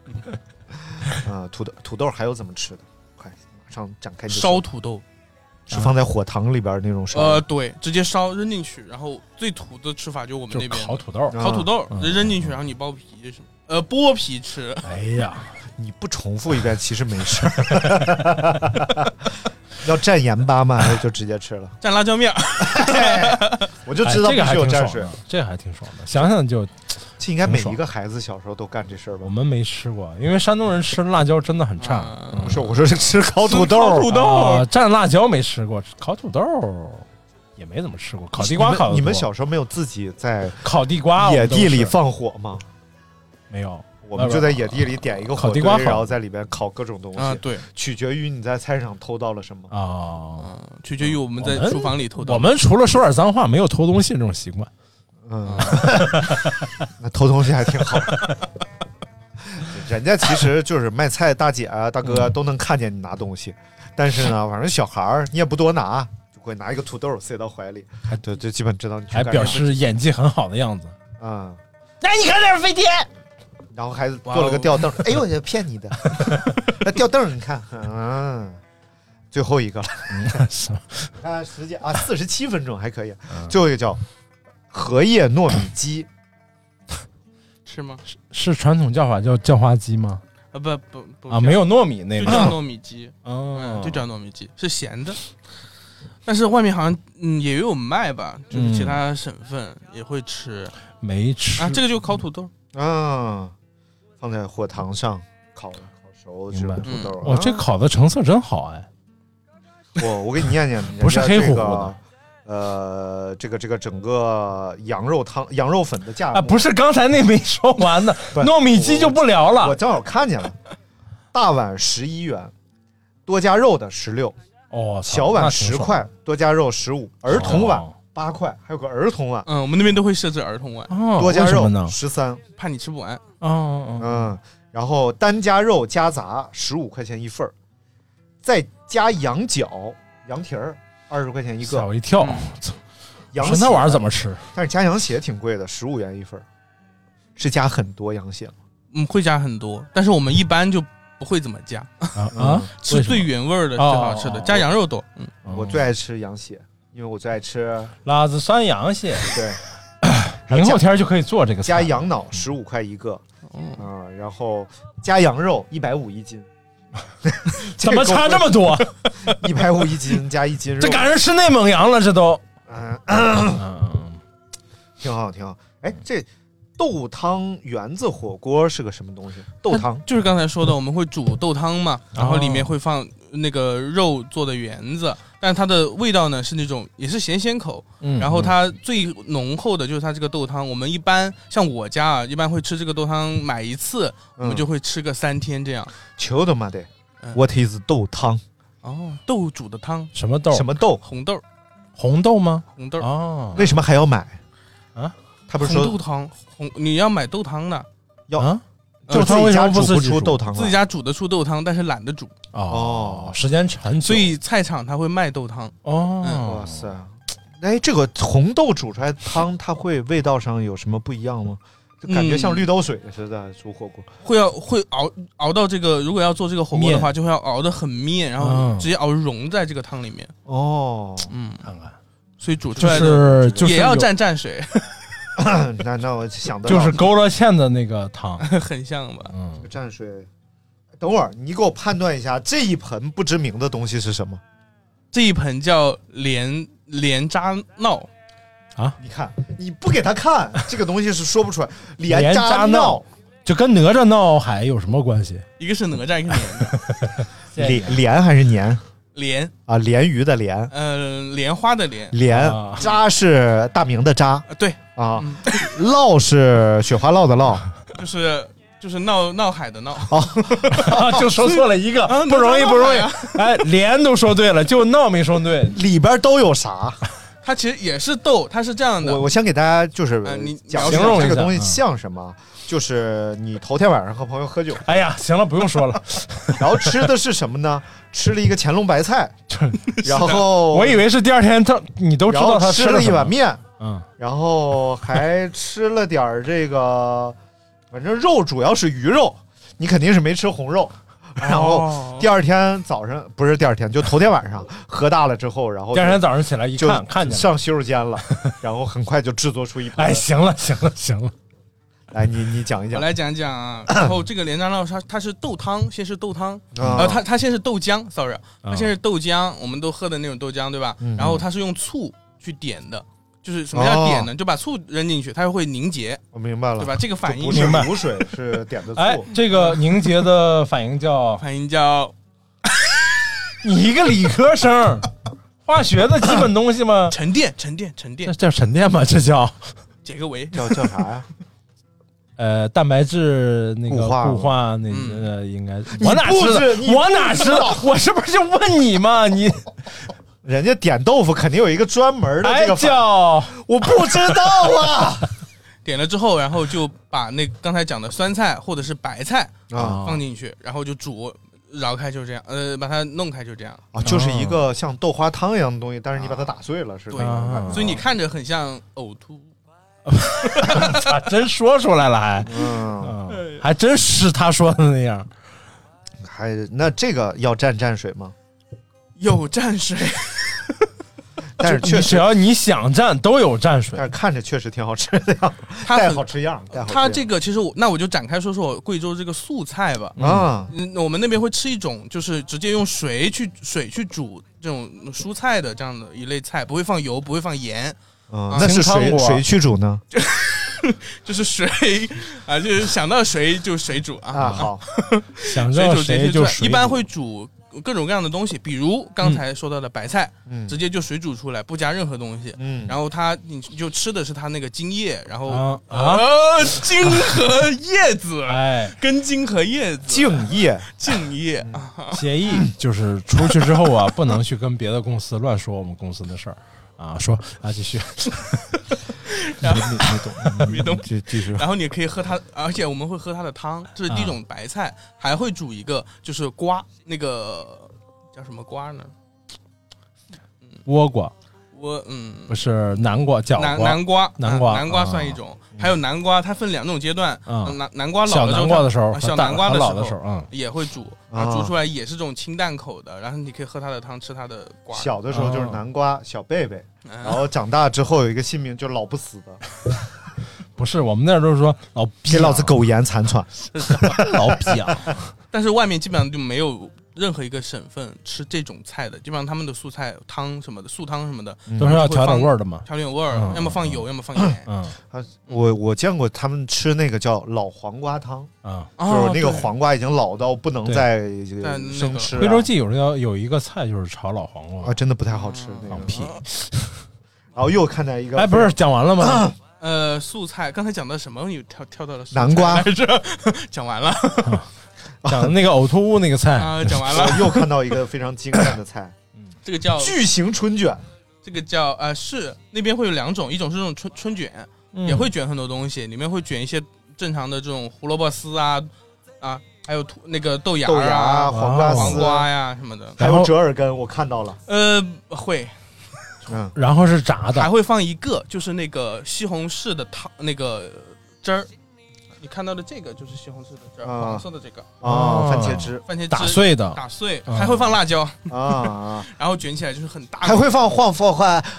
土豆还有怎么吃的？上展开烧土豆， 是放在火塘里边那种烧。 对，直接烧扔进去，然后最土的吃法就我们那边烤土豆， 扔进去，然后你剥皮什么，剥皮吃。 哎呀， 你不重复一遍其实没事。要蘸盐巴吗？还是就直接吃了？ 蘸辣椒面。 我就知道这个还挺蘸水， 这个还挺爽的。想想就。 这应该每一个孩子小时候都干这事儿吧？ 我们没吃过，因为山东人吃辣椒真的很差。 不是，我说是吃烤土豆， 蘸辣椒没吃过，烤土豆也没怎么吃过。烤地瓜烤的。 你们小时候没有自己在烤地瓜野地里放火吗？ 没有， 我们就在野地里点一个火堆，然后在里边烤各种东西。 对， 取决于你在菜市场偷到了什么取决于我们在厨房里偷到。 我们除了说点脏话，没有偷东西这种习惯。 那偷东西还挺好。人家其实就是卖菜大姐啊、大哥都能看见你拿东西，但是呢，反正小孩儿你也不多拿，就会拿一个土豆塞到怀里，对，就基本知道你还表示演技很好的样子。 来，你看这是飞碟， 然后还做了个吊凳。哎呦，我骗你的，那吊凳你看，最后一个了，看时间啊，47分钟还可以。最后一个叫荷叶糯米鸡， 是吗？ 是传统叫法叫叫花鸡吗？ 不啊，没有糯米那个， 就叫糯米鸡，就叫糯米鸡，是咸的。但是外面好像也有卖吧，就是其他省份也会吃。 没吃啊，这个就烤土豆啊，放在火塘上烤熟，吃土豆。 哇，这烤的成色真好哎！ 我给你念念， 不是黑乎乎的。 这个整个羊肉汤、羊肉粉的价格不是刚才那没说完呢，糯米鸡就不聊了。 我正好看见了，大碗11元，多加肉的16，小碗10块，多加肉15，儿童碗8块，还有个儿童碗。 我们那边都会设置儿童碗， 多加肉13， 怕你吃不完。 然后单加肉加杂15块钱一份儿，再加羊角、羊蹄儿。20块钱一个， 吓我一跳！ 羊那玩意儿怎么吃？ 但是加羊血挺贵的，15元一份，是加很多羊血吗？ 会加很多，但是我们一般就不会怎么加吃最原味的最好吃的，加羊肉多。 我最爱吃羊血，因为我最爱吃辣子酸羊血。 对， 明后天就可以做这个菜。 加羊脑15块一个，然后加羊肉150一斤。 怎么差这么多 ？150一斤加1斤肉， 这赶上吃内蒙羊了，这都。 挺好，挺好。哎，这豆汤圆子火锅是个什么东西？豆汤就是刚才说的，我们会煮豆汤嘛，然后里面会放那个肉做的圆子，但它的味道呢是那种也是咸口，然后它最浓厚的就是它这个豆汤。我们一般像我家啊，一般会吃这个豆汤，买一次我们就会吃个3天这样。 求他妈的，What is 豆汤？ 豆煮的汤， 什么豆？ 什么豆？ 红豆。 红豆吗？ 红豆哦， 为什么还要买啊？ 他不是说红豆汤你要买豆汤的， 要啊？ 就自己家煮不出豆汤， 自己家煮得出豆汤，但是懒得煮哦，时间长， 所以菜场他会卖豆汤哦。 哇塞，哎，这个红豆煮出来汤，它会味道上有什么不一样吗？就感觉像绿豆水似的，煮火锅会熬到这个，如果要做这个火锅的话，就会要熬得很面，然后直接熬融在这个汤里面。 哦， 看看，所以煮出来的就是也要蘸水。 那我想到就是勾了芡的那个汤， 很像吧？ 蘸水。等会儿你给我判断一下，这一盆不知名的东西是什么？ 这一盆叫连渣闹啊！ 你看，你不给他看，这个东西是说不出来。 连渣闹就跟哪吒闹海有什么关系？ 一个是哪吒，一个是莲还是年？ 莲啊，鲢鱼的鲢， 莲花的莲， 渣是大明的渣， 对啊，烙是雪花烙的烙， 就是闹海的闹， 就说错了一个，不容易。哎，连都说对了，就闹没说对， 里边都有啥？ 它其实也是豆，它是这样的。 我先给大家就是你讲形容这个东西像什么，就是你头天晚上和朋友喝酒， 哎呀，行了，不用说了。 然后吃的是什么呢？吃了一个乾隆白菜，然后我以为是第二天你都知道他吃了一碗面， 然后还吃了点这个，反正肉主要是鱼肉，你肯定是没吃红肉。然后第二天早上不是第二天，就头天晚上喝大了之后，然后第二天早上起来一看，看见上洗手间了，然后很快就制作出一盆。 哎，行了， 来你讲一讲， 我来讲讲啊。然后这个连渣闹它是豆汤，先是豆汤，它先是豆浆 ，sorry， 它先是豆浆，我们都喝的那种豆浆，对吧？然后它是用醋去点的。就是什么叫点呢？就把醋扔进去，它会凝结。 我明白了， 对吧？这个反应不是卤水，是点的醋。 哎，这个凝结的反应叫你一个理科生，化学的基本东西吗？ 沉淀。 这叫沉淀吗？这叫解个围， 叫啥呀？ 蛋白质那个固化那个应该我哪知道？我是不是就问你嘛？你。 人家点豆腐肯定有一个专门的这个叫我不知道啊。 点了之后，然后就把那刚才讲的酸菜或者是白菜放进去，然后就煮，绕开就这样，把它弄开就这样啊，就是一个像豆花汤一样的东西，但是你把它打碎了，是吧？ 所以你看着很像呕吐。 真说出来了，还真是他说的那样。 那这个要蘸水吗？ 有蘸水， 但是确实只要你想蘸都有蘸水， 但是看着确实挺好吃的样，带好吃样。 它这个其实我就展开说说贵州这个素菜吧。我们那边会吃一种就是直接用水去煮这种蔬菜的这样的一类菜，不会放油，不会放盐。 那是谁去煮呢？ 就是水啊，就是想到谁就水煮啊。 好， 想到谁就水煮。 一般会煮各种各样的东西，比如刚才说到的白菜，直接就水煮出来，不加任何东西。然后你就吃的是它那个茎叶，然后茎和叶子，根茎和叶子， 茎叶， 协议就是出去之后啊，不能去跟别的公司乱说我们公司的事儿。说继续， 你懂，继续。然后你可以喝它，而且我们会喝它的汤，这是第一种白菜，还会煮一个就是瓜，那个叫什么瓜呢？ 倭瓜，不是南瓜， 南瓜算一种。还有南瓜，它分2种阶段。南瓜老的时候， 小南瓜的时候， 也会煮，煮出来也是这种清淡口的。然后你可以喝它的汤，吃它的瓜。 小的时候就是南瓜小贝贝，然后长大之后有一个新名，就老不死的。 不是，我们那儿都是说给老子苟延残喘， 老癟。 但是外面基本上就没有任何一个省份吃这种菜的，基本上他们的素菜汤什么的，素汤什么的都是要调点味儿的嘛， 调点味儿，要么放油，要么放盐。 我见过他们吃那个叫老黄瓜汤就是那个黄瓜已经老到不能再生吃。 贵州记有一个菜就是炒老黄瓜真的不太好吃， 放屁。 然后又看到一个， 不是讲完了吗？ 素菜刚才讲到什么？你跳到了南瓜， 讲完了。 讲的那个呕吐物那个菜讲完了。 又看到一个非常精湛的菜， 这个叫巨型春卷。 这个叫是那边会有2种，一种是这种春卷，也会卷很多东西，里面会卷一些正常的这种胡萝卜丝啊，还有那个豆芽啊、黄瓜呀什么的， 还有折耳根，我看到了。 会。 然后是炸的， 还会放一个，就是那个西红柿的汤那个汁儿。你看到的这个就是西红柿的汁儿，黄色的这个番茄汁打碎的， 打碎，还会放辣椒然后卷起来就是很大， 还会放黄豆，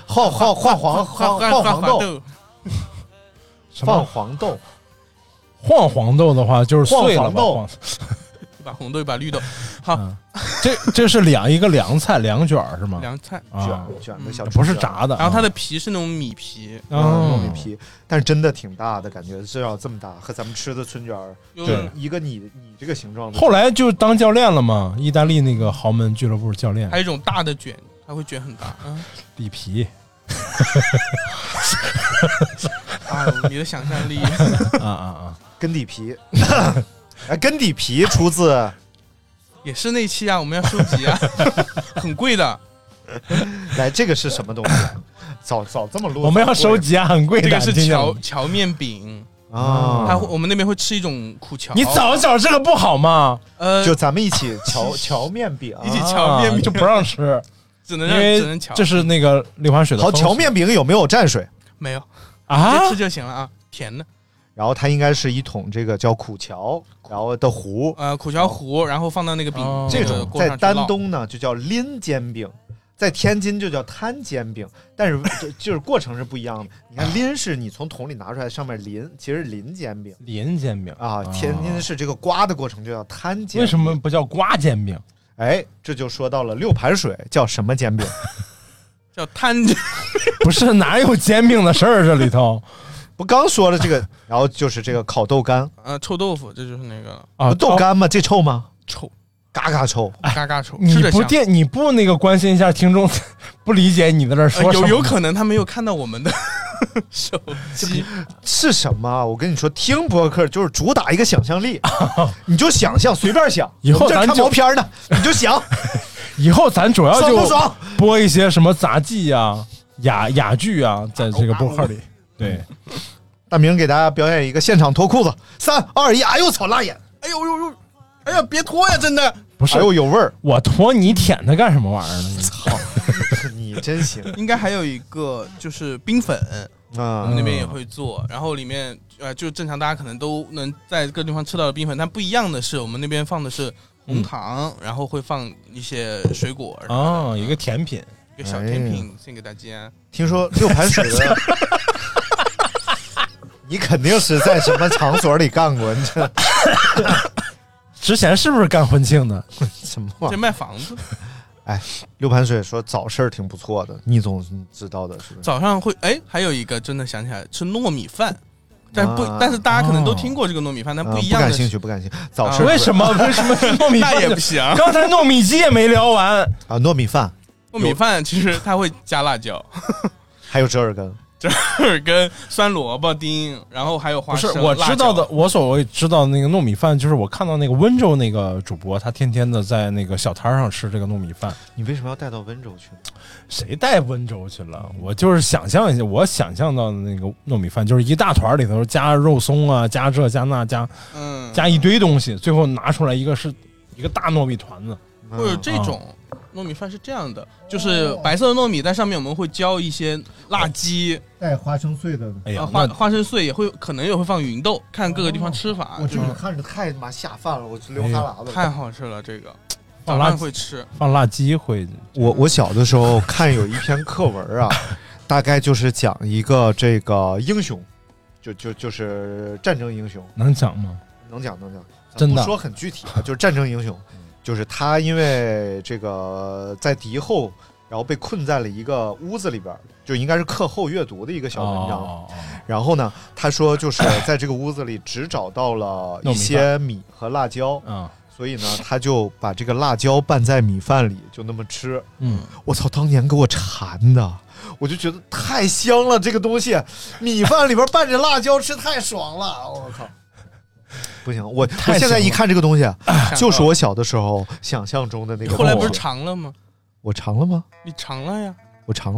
放黄豆， 晃黄豆的话就是碎了吧， 一把红豆一把绿豆。好， 这是一个凉菜凉卷是吗？ 凉菜卷的小， 不是炸的。 然后它的皮是那种米皮， 糯米皮，但是真的挺大的感觉，至少这么大，和咱们吃的春卷就一个你这个形状的。 后来就当教练了嘛，意大利那个豪门俱乐部教练。 还有一种大的卷，它会卷很大， 里皮。 你的想象力根底皮。根底皮出自也是那期啊，我们要收集啊，很贵的。 来，这个是什么东西？早这么啰嗦。 我们要收集啊，很贵的。 这个是荞面饼啊，我们那边会吃一种苦荞。 你早讲这个不好吗？ 就咱们一起荞面饼， 一起荞面饼就不让吃， 只能荞。 这是那个六盘水的。 好，荞面饼有没有蘸水？ 没有啊， 直接吃就行了啊，甜的。 然后它应该是一桶这个叫苦荞，然后的糊， 苦荞糊，然后放到那个饼。 这种在丹东呢就叫拎煎饼，在天津就叫摊煎饼，但是就是过程是不一样的。你看拎是你从桶里拿出来，上面淋，其实淋煎饼。 淋煎饼啊，天津是这个刮的过程就叫摊煎饼。 为什么不叫刮煎饼？ 哎，这就说到了六盘水叫什么煎饼？ 叫摊煎。 不是，哪有煎饼的事儿？这里头。 不刚说了这个，然后就是这个烤豆干， 臭豆腐，这就是那个啊，豆干吗？这臭吗？ 臭， 嘎嘎臭， 嘎嘎臭。 你不那个关心一下听众，不理解你在这说什么？ 有可能他没有看到我们的手机是什么？我跟你说，听播客就是主打一个想象力，你就想象，随便想。 以后咱看毛片呢，你就想。 以后咱主要就爽播一些什么杂技啊、哑剧啊，在这个播客里。对， 大明给大家表演一个现场脱裤子，3、2、1，哎呦操，辣眼！ 哎呦呦呦，哎呀，别脱呀，真的不是， 哎呦有味儿， 我脱你舔它干什么玩意儿呢？ 操，你真行！ 应该还有一个就是冰粉啊，我们那边也会做，然后里面就正常大家可能都能在各地方吃到的冰粉，但不一样的是，我们那边放的是红糖，然后会放一些水果啊，一个甜品。 一个小甜品献给大家。 听说六盘水的，你肯定是在什么场所里干过？你这之前是不是干婚庆的？ 什么？ 这卖房子。 哎，六盘水说早市挺不错的，倪总知道的是不是？ 早上会还有一个真的想起来吃糯米饭。但是大家可能都听过这个糯米饭，但不一样的。 不感兴趣。早市为什么糯米饭那也不行？ 刚才糯米鸡也没聊完啊！糯米饭其实它会加辣椒， 还有折耳根、 酸萝卜丁，然后还有花生。 不是我知道的，我所谓知道的那个糯米饭，就是我看到那个温州那个主播，他天天的在那个小摊上吃这个糯米饭。 你为什么要带到温州去呢？ 谁带温州去了？我就是想象一下，我想象到的那个糯米饭，就是一大团里头加肉松啊，加这加那加一堆东西，最后拿出来一个是一个大糯米团子。 会有这种糯米饭是这样的，就是白色的糯米，在上面我们会浇一些辣鸡， 带花生碎的。 哎呀， 花生碎可能也会放芸豆，看各个地方吃法。 我这个看着太他妈下饭了，我流哈喇子。 太好吃了，这个早上会吃， 放辣鸡会。 我小的时候看有一篇课文啊，大概就是讲一个这个英雄，就是战争英雄。 能讲吗？ 能讲， 真的不说很具体啊，就是战争英雄。就是他因为这个在敌后，然后被困在了一个屋子里边，就应该是课后阅读的一个小文章。然后呢，他说就是在这个屋子里只找到了一些米和辣椒，所以呢，他就把这个辣椒拌在米饭里，就那么吃。我操，当年给我馋的，我就觉得太香了，这个东西，米饭里边拌着辣椒吃太爽了，我靠！不行，我现在一看这个东西，就是我小的时候想象中的那个。 后来不是尝了吗？ 我尝了吗？ 你尝了呀。 我尝了。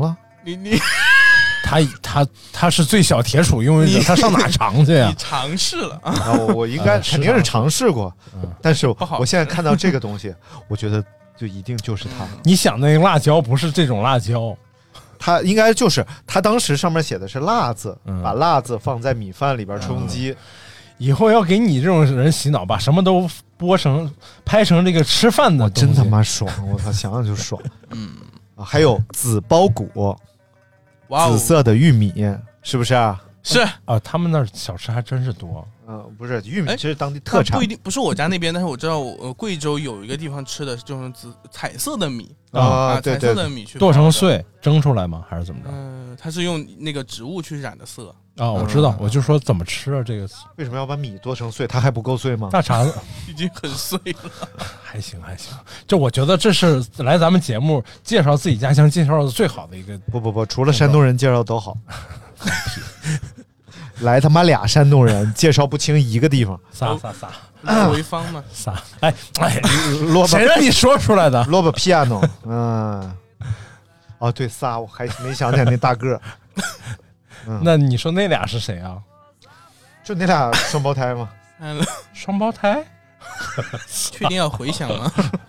你他是最小铁杵拥有者，他上哪尝去呀？ 你尝试了啊？我应该肯定是尝试过，但是我现在看到这个东西，我觉得就一定就是它。 你想那个辣椒不是这种辣椒， 它应该就是它当时上面写的是辣子，把辣子放在米饭里边吹风机。 以后要给你这种人洗脑，把什么都拍成这个吃饭的， 真他妈爽！我操，想想就爽。还有紫包谷。紫色的玉米是不是啊？ 是啊，他们那儿小吃还真是多。 不是玉米，这是当地特产， 不一定不是我家那边，但是我知道贵州有一个地方吃的是这种彩色的米对彩色的米去剁成碎蒸出来吗？还是怎么着？ 它是用那个植物去染的色啊，我知道，我就说怎么吃啊？这个为什么要把米剁成碎？它还不够碎吗？ 大碴子已经很碎了， 还行。这我觉得这是来咱们节目介绍自己家乡介绍的最好的一个。 不，除了山东人介绍都好。来他妈俩山东人介绍不清一个地方， 撒潍坊嘛， 撒哎， 萝卜谁让你说出来的？ 萝卜 piano， 哦对，撒我还没想起来那大个。 那你说那俩是谁啊？ 就那俩双胞胎吗？ 双胞胎？ 确定要回想吗？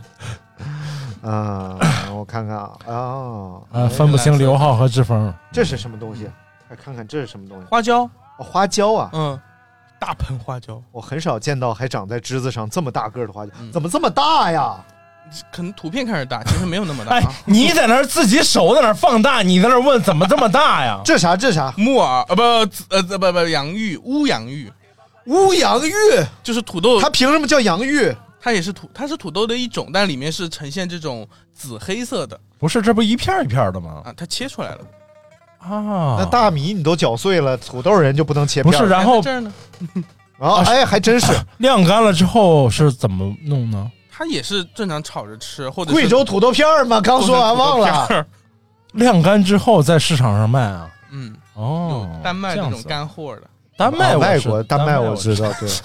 我看看啊， 分不清刘浩和志峰， 这是什么东西？来看看这是什么东西？ 花椒。 花椒啊， 大盆花椒， 我很少见到还长在枝子上这么大个的花椒，怎么这么大呀？ 可能图片看着大，其实没有那么大。 你在那儿自己手在那儿放大，你在那儿问怎么这么大呀？ 这啥？ 木耳不洋芋，乌洋芋就是土豆。 它凭什么叫洋芋？ 它是土豆的一种，但里面是呈现这种紫黑色的。 不是，这不一片一片的吗？ 它切出来了。 那大米你都搅碎了，土豆人就不能切片？ 不是，然后这儿呢？ 还真是晾干了之后是怎么弄呢？ 它也是正常炒着吃，或者贵州土豆片吗？刚说完忘了。 晾干之后在市场上卖啊？ 有丹麦这种干货的。 丹麦我知道，对。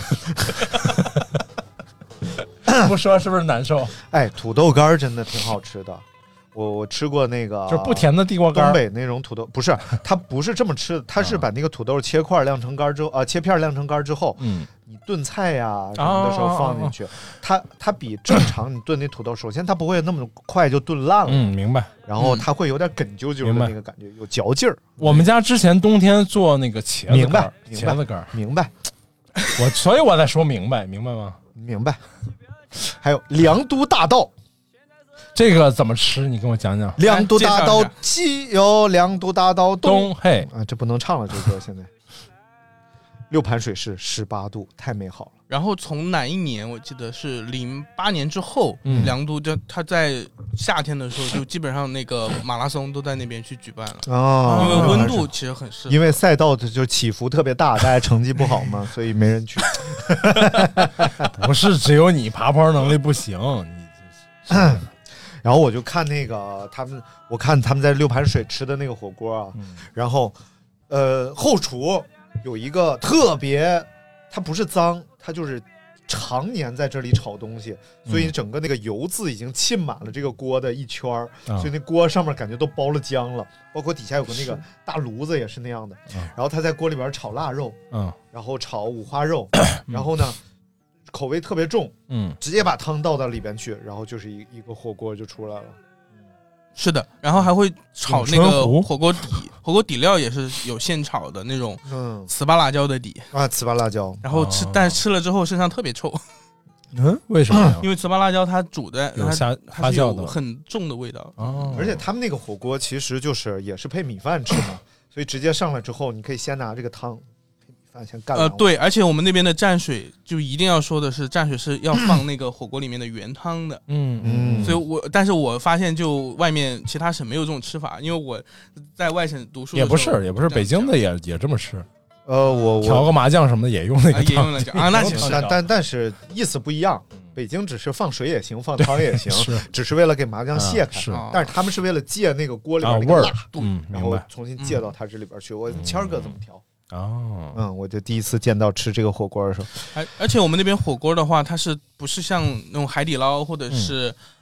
不说是不是难受？ 土豆干真的挺好吃的。我吃过那个， 就不甜的地瓜干， 东北那种土豆，不是，它不是这么吃的，它是把那个土豆切块晾成干之后，切片晾成干之后，你炖菜呀什么的时候放进去，它比正常你炖那土豆，首先它不会那么快就炖烂了， 明白， 然后它会有点梗啾啾的那个感觉，有嚼劲儿。 我们家之前冬天做那个茄子干，茄子干， 明白， 所以我在说明白吗？ 明白。还有凉都大道。 这个怎么吃？你跟我讲讲。 凉都大道西哟，凉都大道东。 嘿这不能唱了，这歌现在。六盘水市18度，太美好了。 然后从哪一年？我记得是08年之后，凉都它在夏天的时候就基本上那个马拉松都在那边去举办了。因为温度其实很适合。 因为赛道就起伏特别大，大家成绩不好嘛，所以没人去。 不是只有你爬坡能力不行， 然后我就看那个我看他们在六盘水吃的那个火锅啊，然后后厨有一个特别，它不是脏，它就是常年在这里炒东西，所以整个那个油渍已经浸满了这个锅的一圈，所以那锅上面感觉都包了浆了，包括底下有个那个大炉子也是那样的。然后他在锅里边炒腊肉，然后炒五花肉，然后呢口味特别重，直接把汤倒到里边去，然后就是一个火锅就出来了。 是的，然后还会炒那个火锅底，火锅底料也是有现炒的那种，糍粑辣椒的底糍粑辣椒， 然后但是吃了之后身上特别臭。 为什么呀？ 因为糍粑辣椒它煮的发酵的很重的味道而且他们那个火锅其实就是也是配米饭吃嘛，所以直接上来之后，你可以先拿这个汤。 对，而且我们那边的蘸水就一定要说的是，蘸水是要放那个火锅里面的原汤的。所以但是我发现就外面其他省没有这种吃法，因为我在外省读书的时候也不是北京的也这么吃。 我调个麻酱什么的也用那个也用那个那其实但是意思不一样。北京只是放水也行，放汤也行，只是为了给麻酱卸开。但是他们是为了借那个锅里边那个辣度，然后重新借到它这里边去。我谦儿哥怎么调？我就第一次见到吃这个火锅的时候， 而且我们那边火锅的话，它是不是像那种海底捞或者是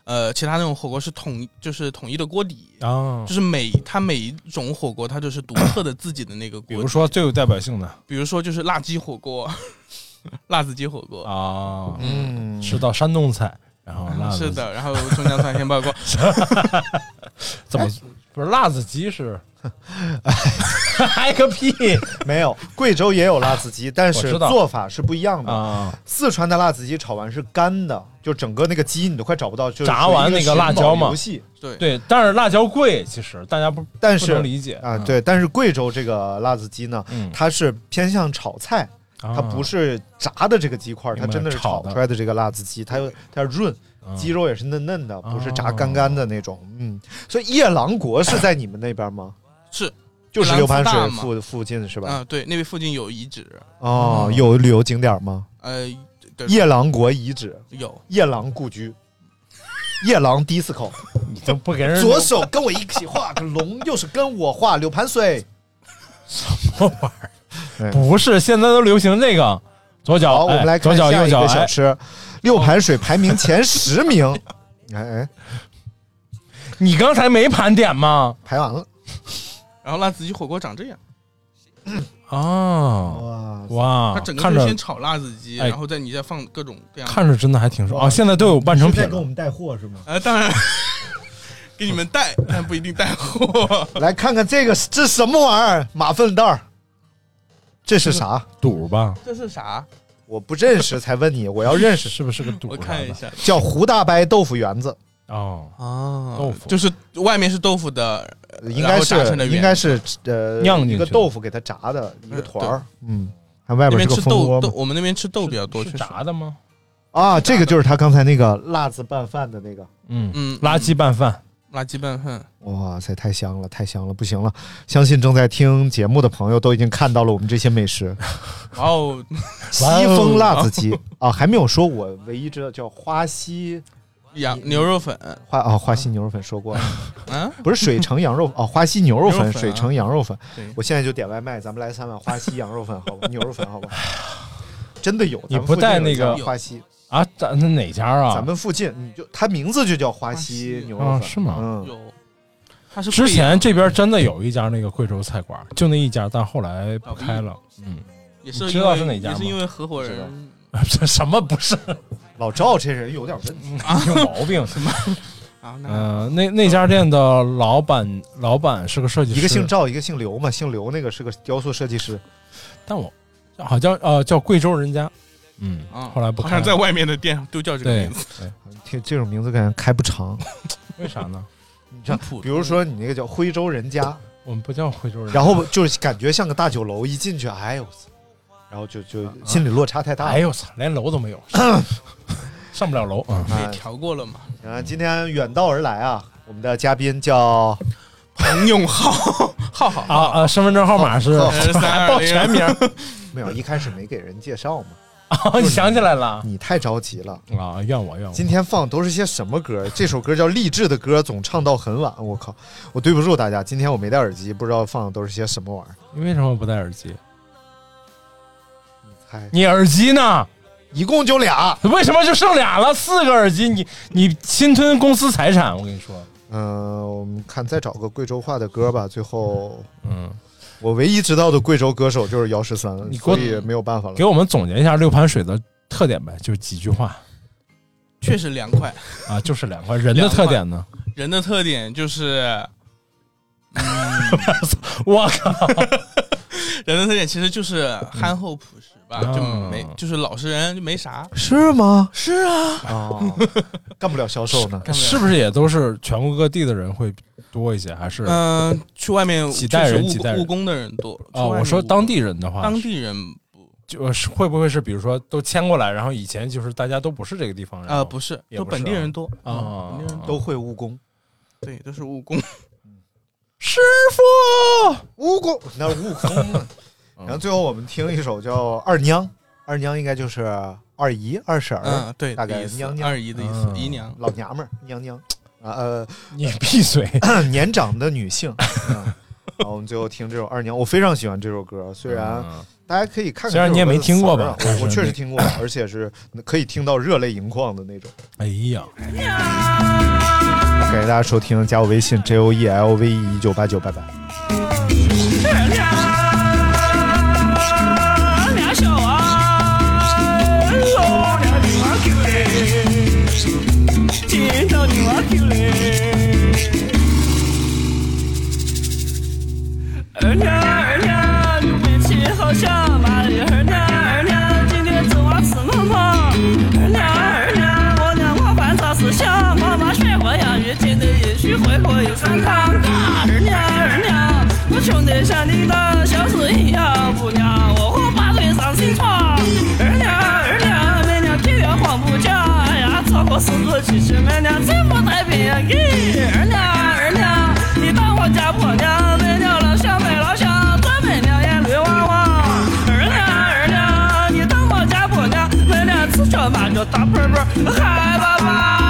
其他那种火锅是统一的锅底啊， 就是每一种火锅它就是独特的自己的那个锅底。 比如说最有代表性的， 比如说就是辣鸡火锅，辣子鸡火锅啊，吃到山东菜，然后辣子是的，然后中江酸甜爆锅， 怎么不是辣子鸡是？嗨个屁！ 没有，贵州也有辣子鸡，但是做法是不一样的啊。 四川的辣子鸡炒完是干的，就整个那个鸡你都快找不到，就是炸完那个辣椒嘛。 对， 但是辣椒贵，其实大家不能理解啊。对，但是贵州这个辣子鸡呢，它是偏向炒菜，它不是炸的这个鸡块，它真的是炒出来的这个辣子鸡，它润。鸡肉也是嫩嫩的，不是炸干干的那种。所以夜郎国是在你们那边吗？ 是， 就是六盘水附近是吧？ 对，那边附近有遗址。 哦，有旅游景点吗？夜郎国遗址有， 夜郎故居，夜郎disco。 你都不给人左手跟我一起画个龙，右手跟我画六盘水。 什么玩意儿？不是，现在都流行这个。左脚， 好，我们来看下一个小吃。六盘水排名前10名， 你刚才没盘点吗？ 排完了。 然后辣子鸡火锅长这样。 哇！ 它整个就先炒辣子鸡，然后你再放各种各样。 看着真的还挺爽啊！现在都有半成品了。 在给我们带货是吗？ 当然，给你们带，但不一定带货。 来看看这什么玩意儿？马粪蛋儿，这是啥？ 肚吧？ 这是啥？ 我不认识才问你，我要认识是不是个肚？ 我看一下， 叫胡大伯豆腐圆子。 豆腐就是外面是豆腐的， 应该是酿一个豆腐给它炸的一个团儿。它外边是个蜂窝。 我们那边吃豆比较多， 是炸的吗？ 啊，这个就是他刚才那个辣子拌饭的那个。 垃圾拌饭。 垃圾拌饭， 哇塞，太香了，太香了，不行了！相信正在听节目的朋友都已经看到了我们这些美食。 哦， 西风辣子鸡啊，还没有说我唯一知道叫花溪牛肉粉， 花溪牛肉粉说过了，不是水城羊肉花溪牛肉粉，水城羊肉粉。我现在就点外卖，咱们来3碗花溪羊肉粉，好吧？牛肉粉，好吧？真的有， 你不带那个花溪？ 啊，咱哪家啊？ 咱们附近，它名字就叫花溪牛肉粉， 是吗？ 有，它是之前这边真的有一家那个贵州菜馆，就那一家，但后来不开了。 也是知道是哪家吗？ 也是因为合伙人。 这什么不是？ 老赵这人有点问题， 有毛病。什么？那家店的老板是个设计师， 一个姓赵，一个姓刘嘛，姓刘那个是个雕塑设计师， 但我好像叫贵州人家。后来不开， 好像在外面的店都叫这个名字。 对，这种名字感觉开不长， 为啥呢？ 你像比如说你那个叫徽州人家， 我们不叫徽州人家， 然后就是感觉像个大酒楼，一进去，哎呦，然后就心理落差太大。 哎呦操，连楼都没有，上不了楼。 也调过了嘛。 今天远道而来啊，我们的嘉宾叫彭永浩， 身份证号码是报全名。 没有，一开始没给人介绍嘛。 你想起来了？ 你太着急了啊！怨我。 今天放都是些什么歌？这首歌叫励志的歌，总唱到很晚。我靠，我对不住大家。今天我没戴耳机，不知道放的都是些什么玩意儿。 你为什么不戴耳机？ 你猜？ 你耳机呢？ 一共就俩， 为什么就剩俩了？4个耳机，你侵吞公司财产！我跟你说。 我们看再找个贵州话的歌吧。最后，我唯一知道的贵州歌手就是姚13，所以没有办法了。 给我们总结一下六盘水的特点呗，就几句话。 确实凉快啊，就是凉快。人的特点呢？ 人的特点就是， 我靠， 人的特点其实就是憨厚朴实吧，就是老实人，就没啥。 是吗？ 是啊， 干不了销售呢。 是不是也都是全国各地的人会多一些？还是去外面几代人务工的人多啊？我说当地人的话， 当地人就是会不会是比如说都迁过来，然后以前就是大家都不是这个地方人不是，都本地人多啊， 都会务工， 对，都是务工。 师傅， 务工那务工呢？然后最后我们听一首叫《二娘》，二娘应该就是二姨、二婶儿， 对， 大概娘娘二姨的意思，姨娘、 老娘们儿、娘娘你闭嘴！ 年长的女性， 好，我们最后听这首《二娘》，我非常喜欢这首歌，虽然大家可以看看， 虽然你也没听过吧， 我确实听过，而且是可以听到热泪盈眶的那种。 哎呀， 感谢大家收听，加我微信 JOELV1989，拜拜。 二娘，你运气好像玛丽。二娘，今天走啊吃么么？二娘，我娘我犯啥思想？妈妈学过洋芋，今天也许会过一酸汤。二娘，我穷得像你的小时一样，不娘我和八岁上新床。二娘，每娘平原黄不讲，哎呀，超过4个其实每娘最不太平呀！二娘，你当我家婆娘，没娘了想没老想，专门娘眼绿汪汪。二娘，你当我家婆娘，没娘吃着麻就大盆盆，嗨爸爸。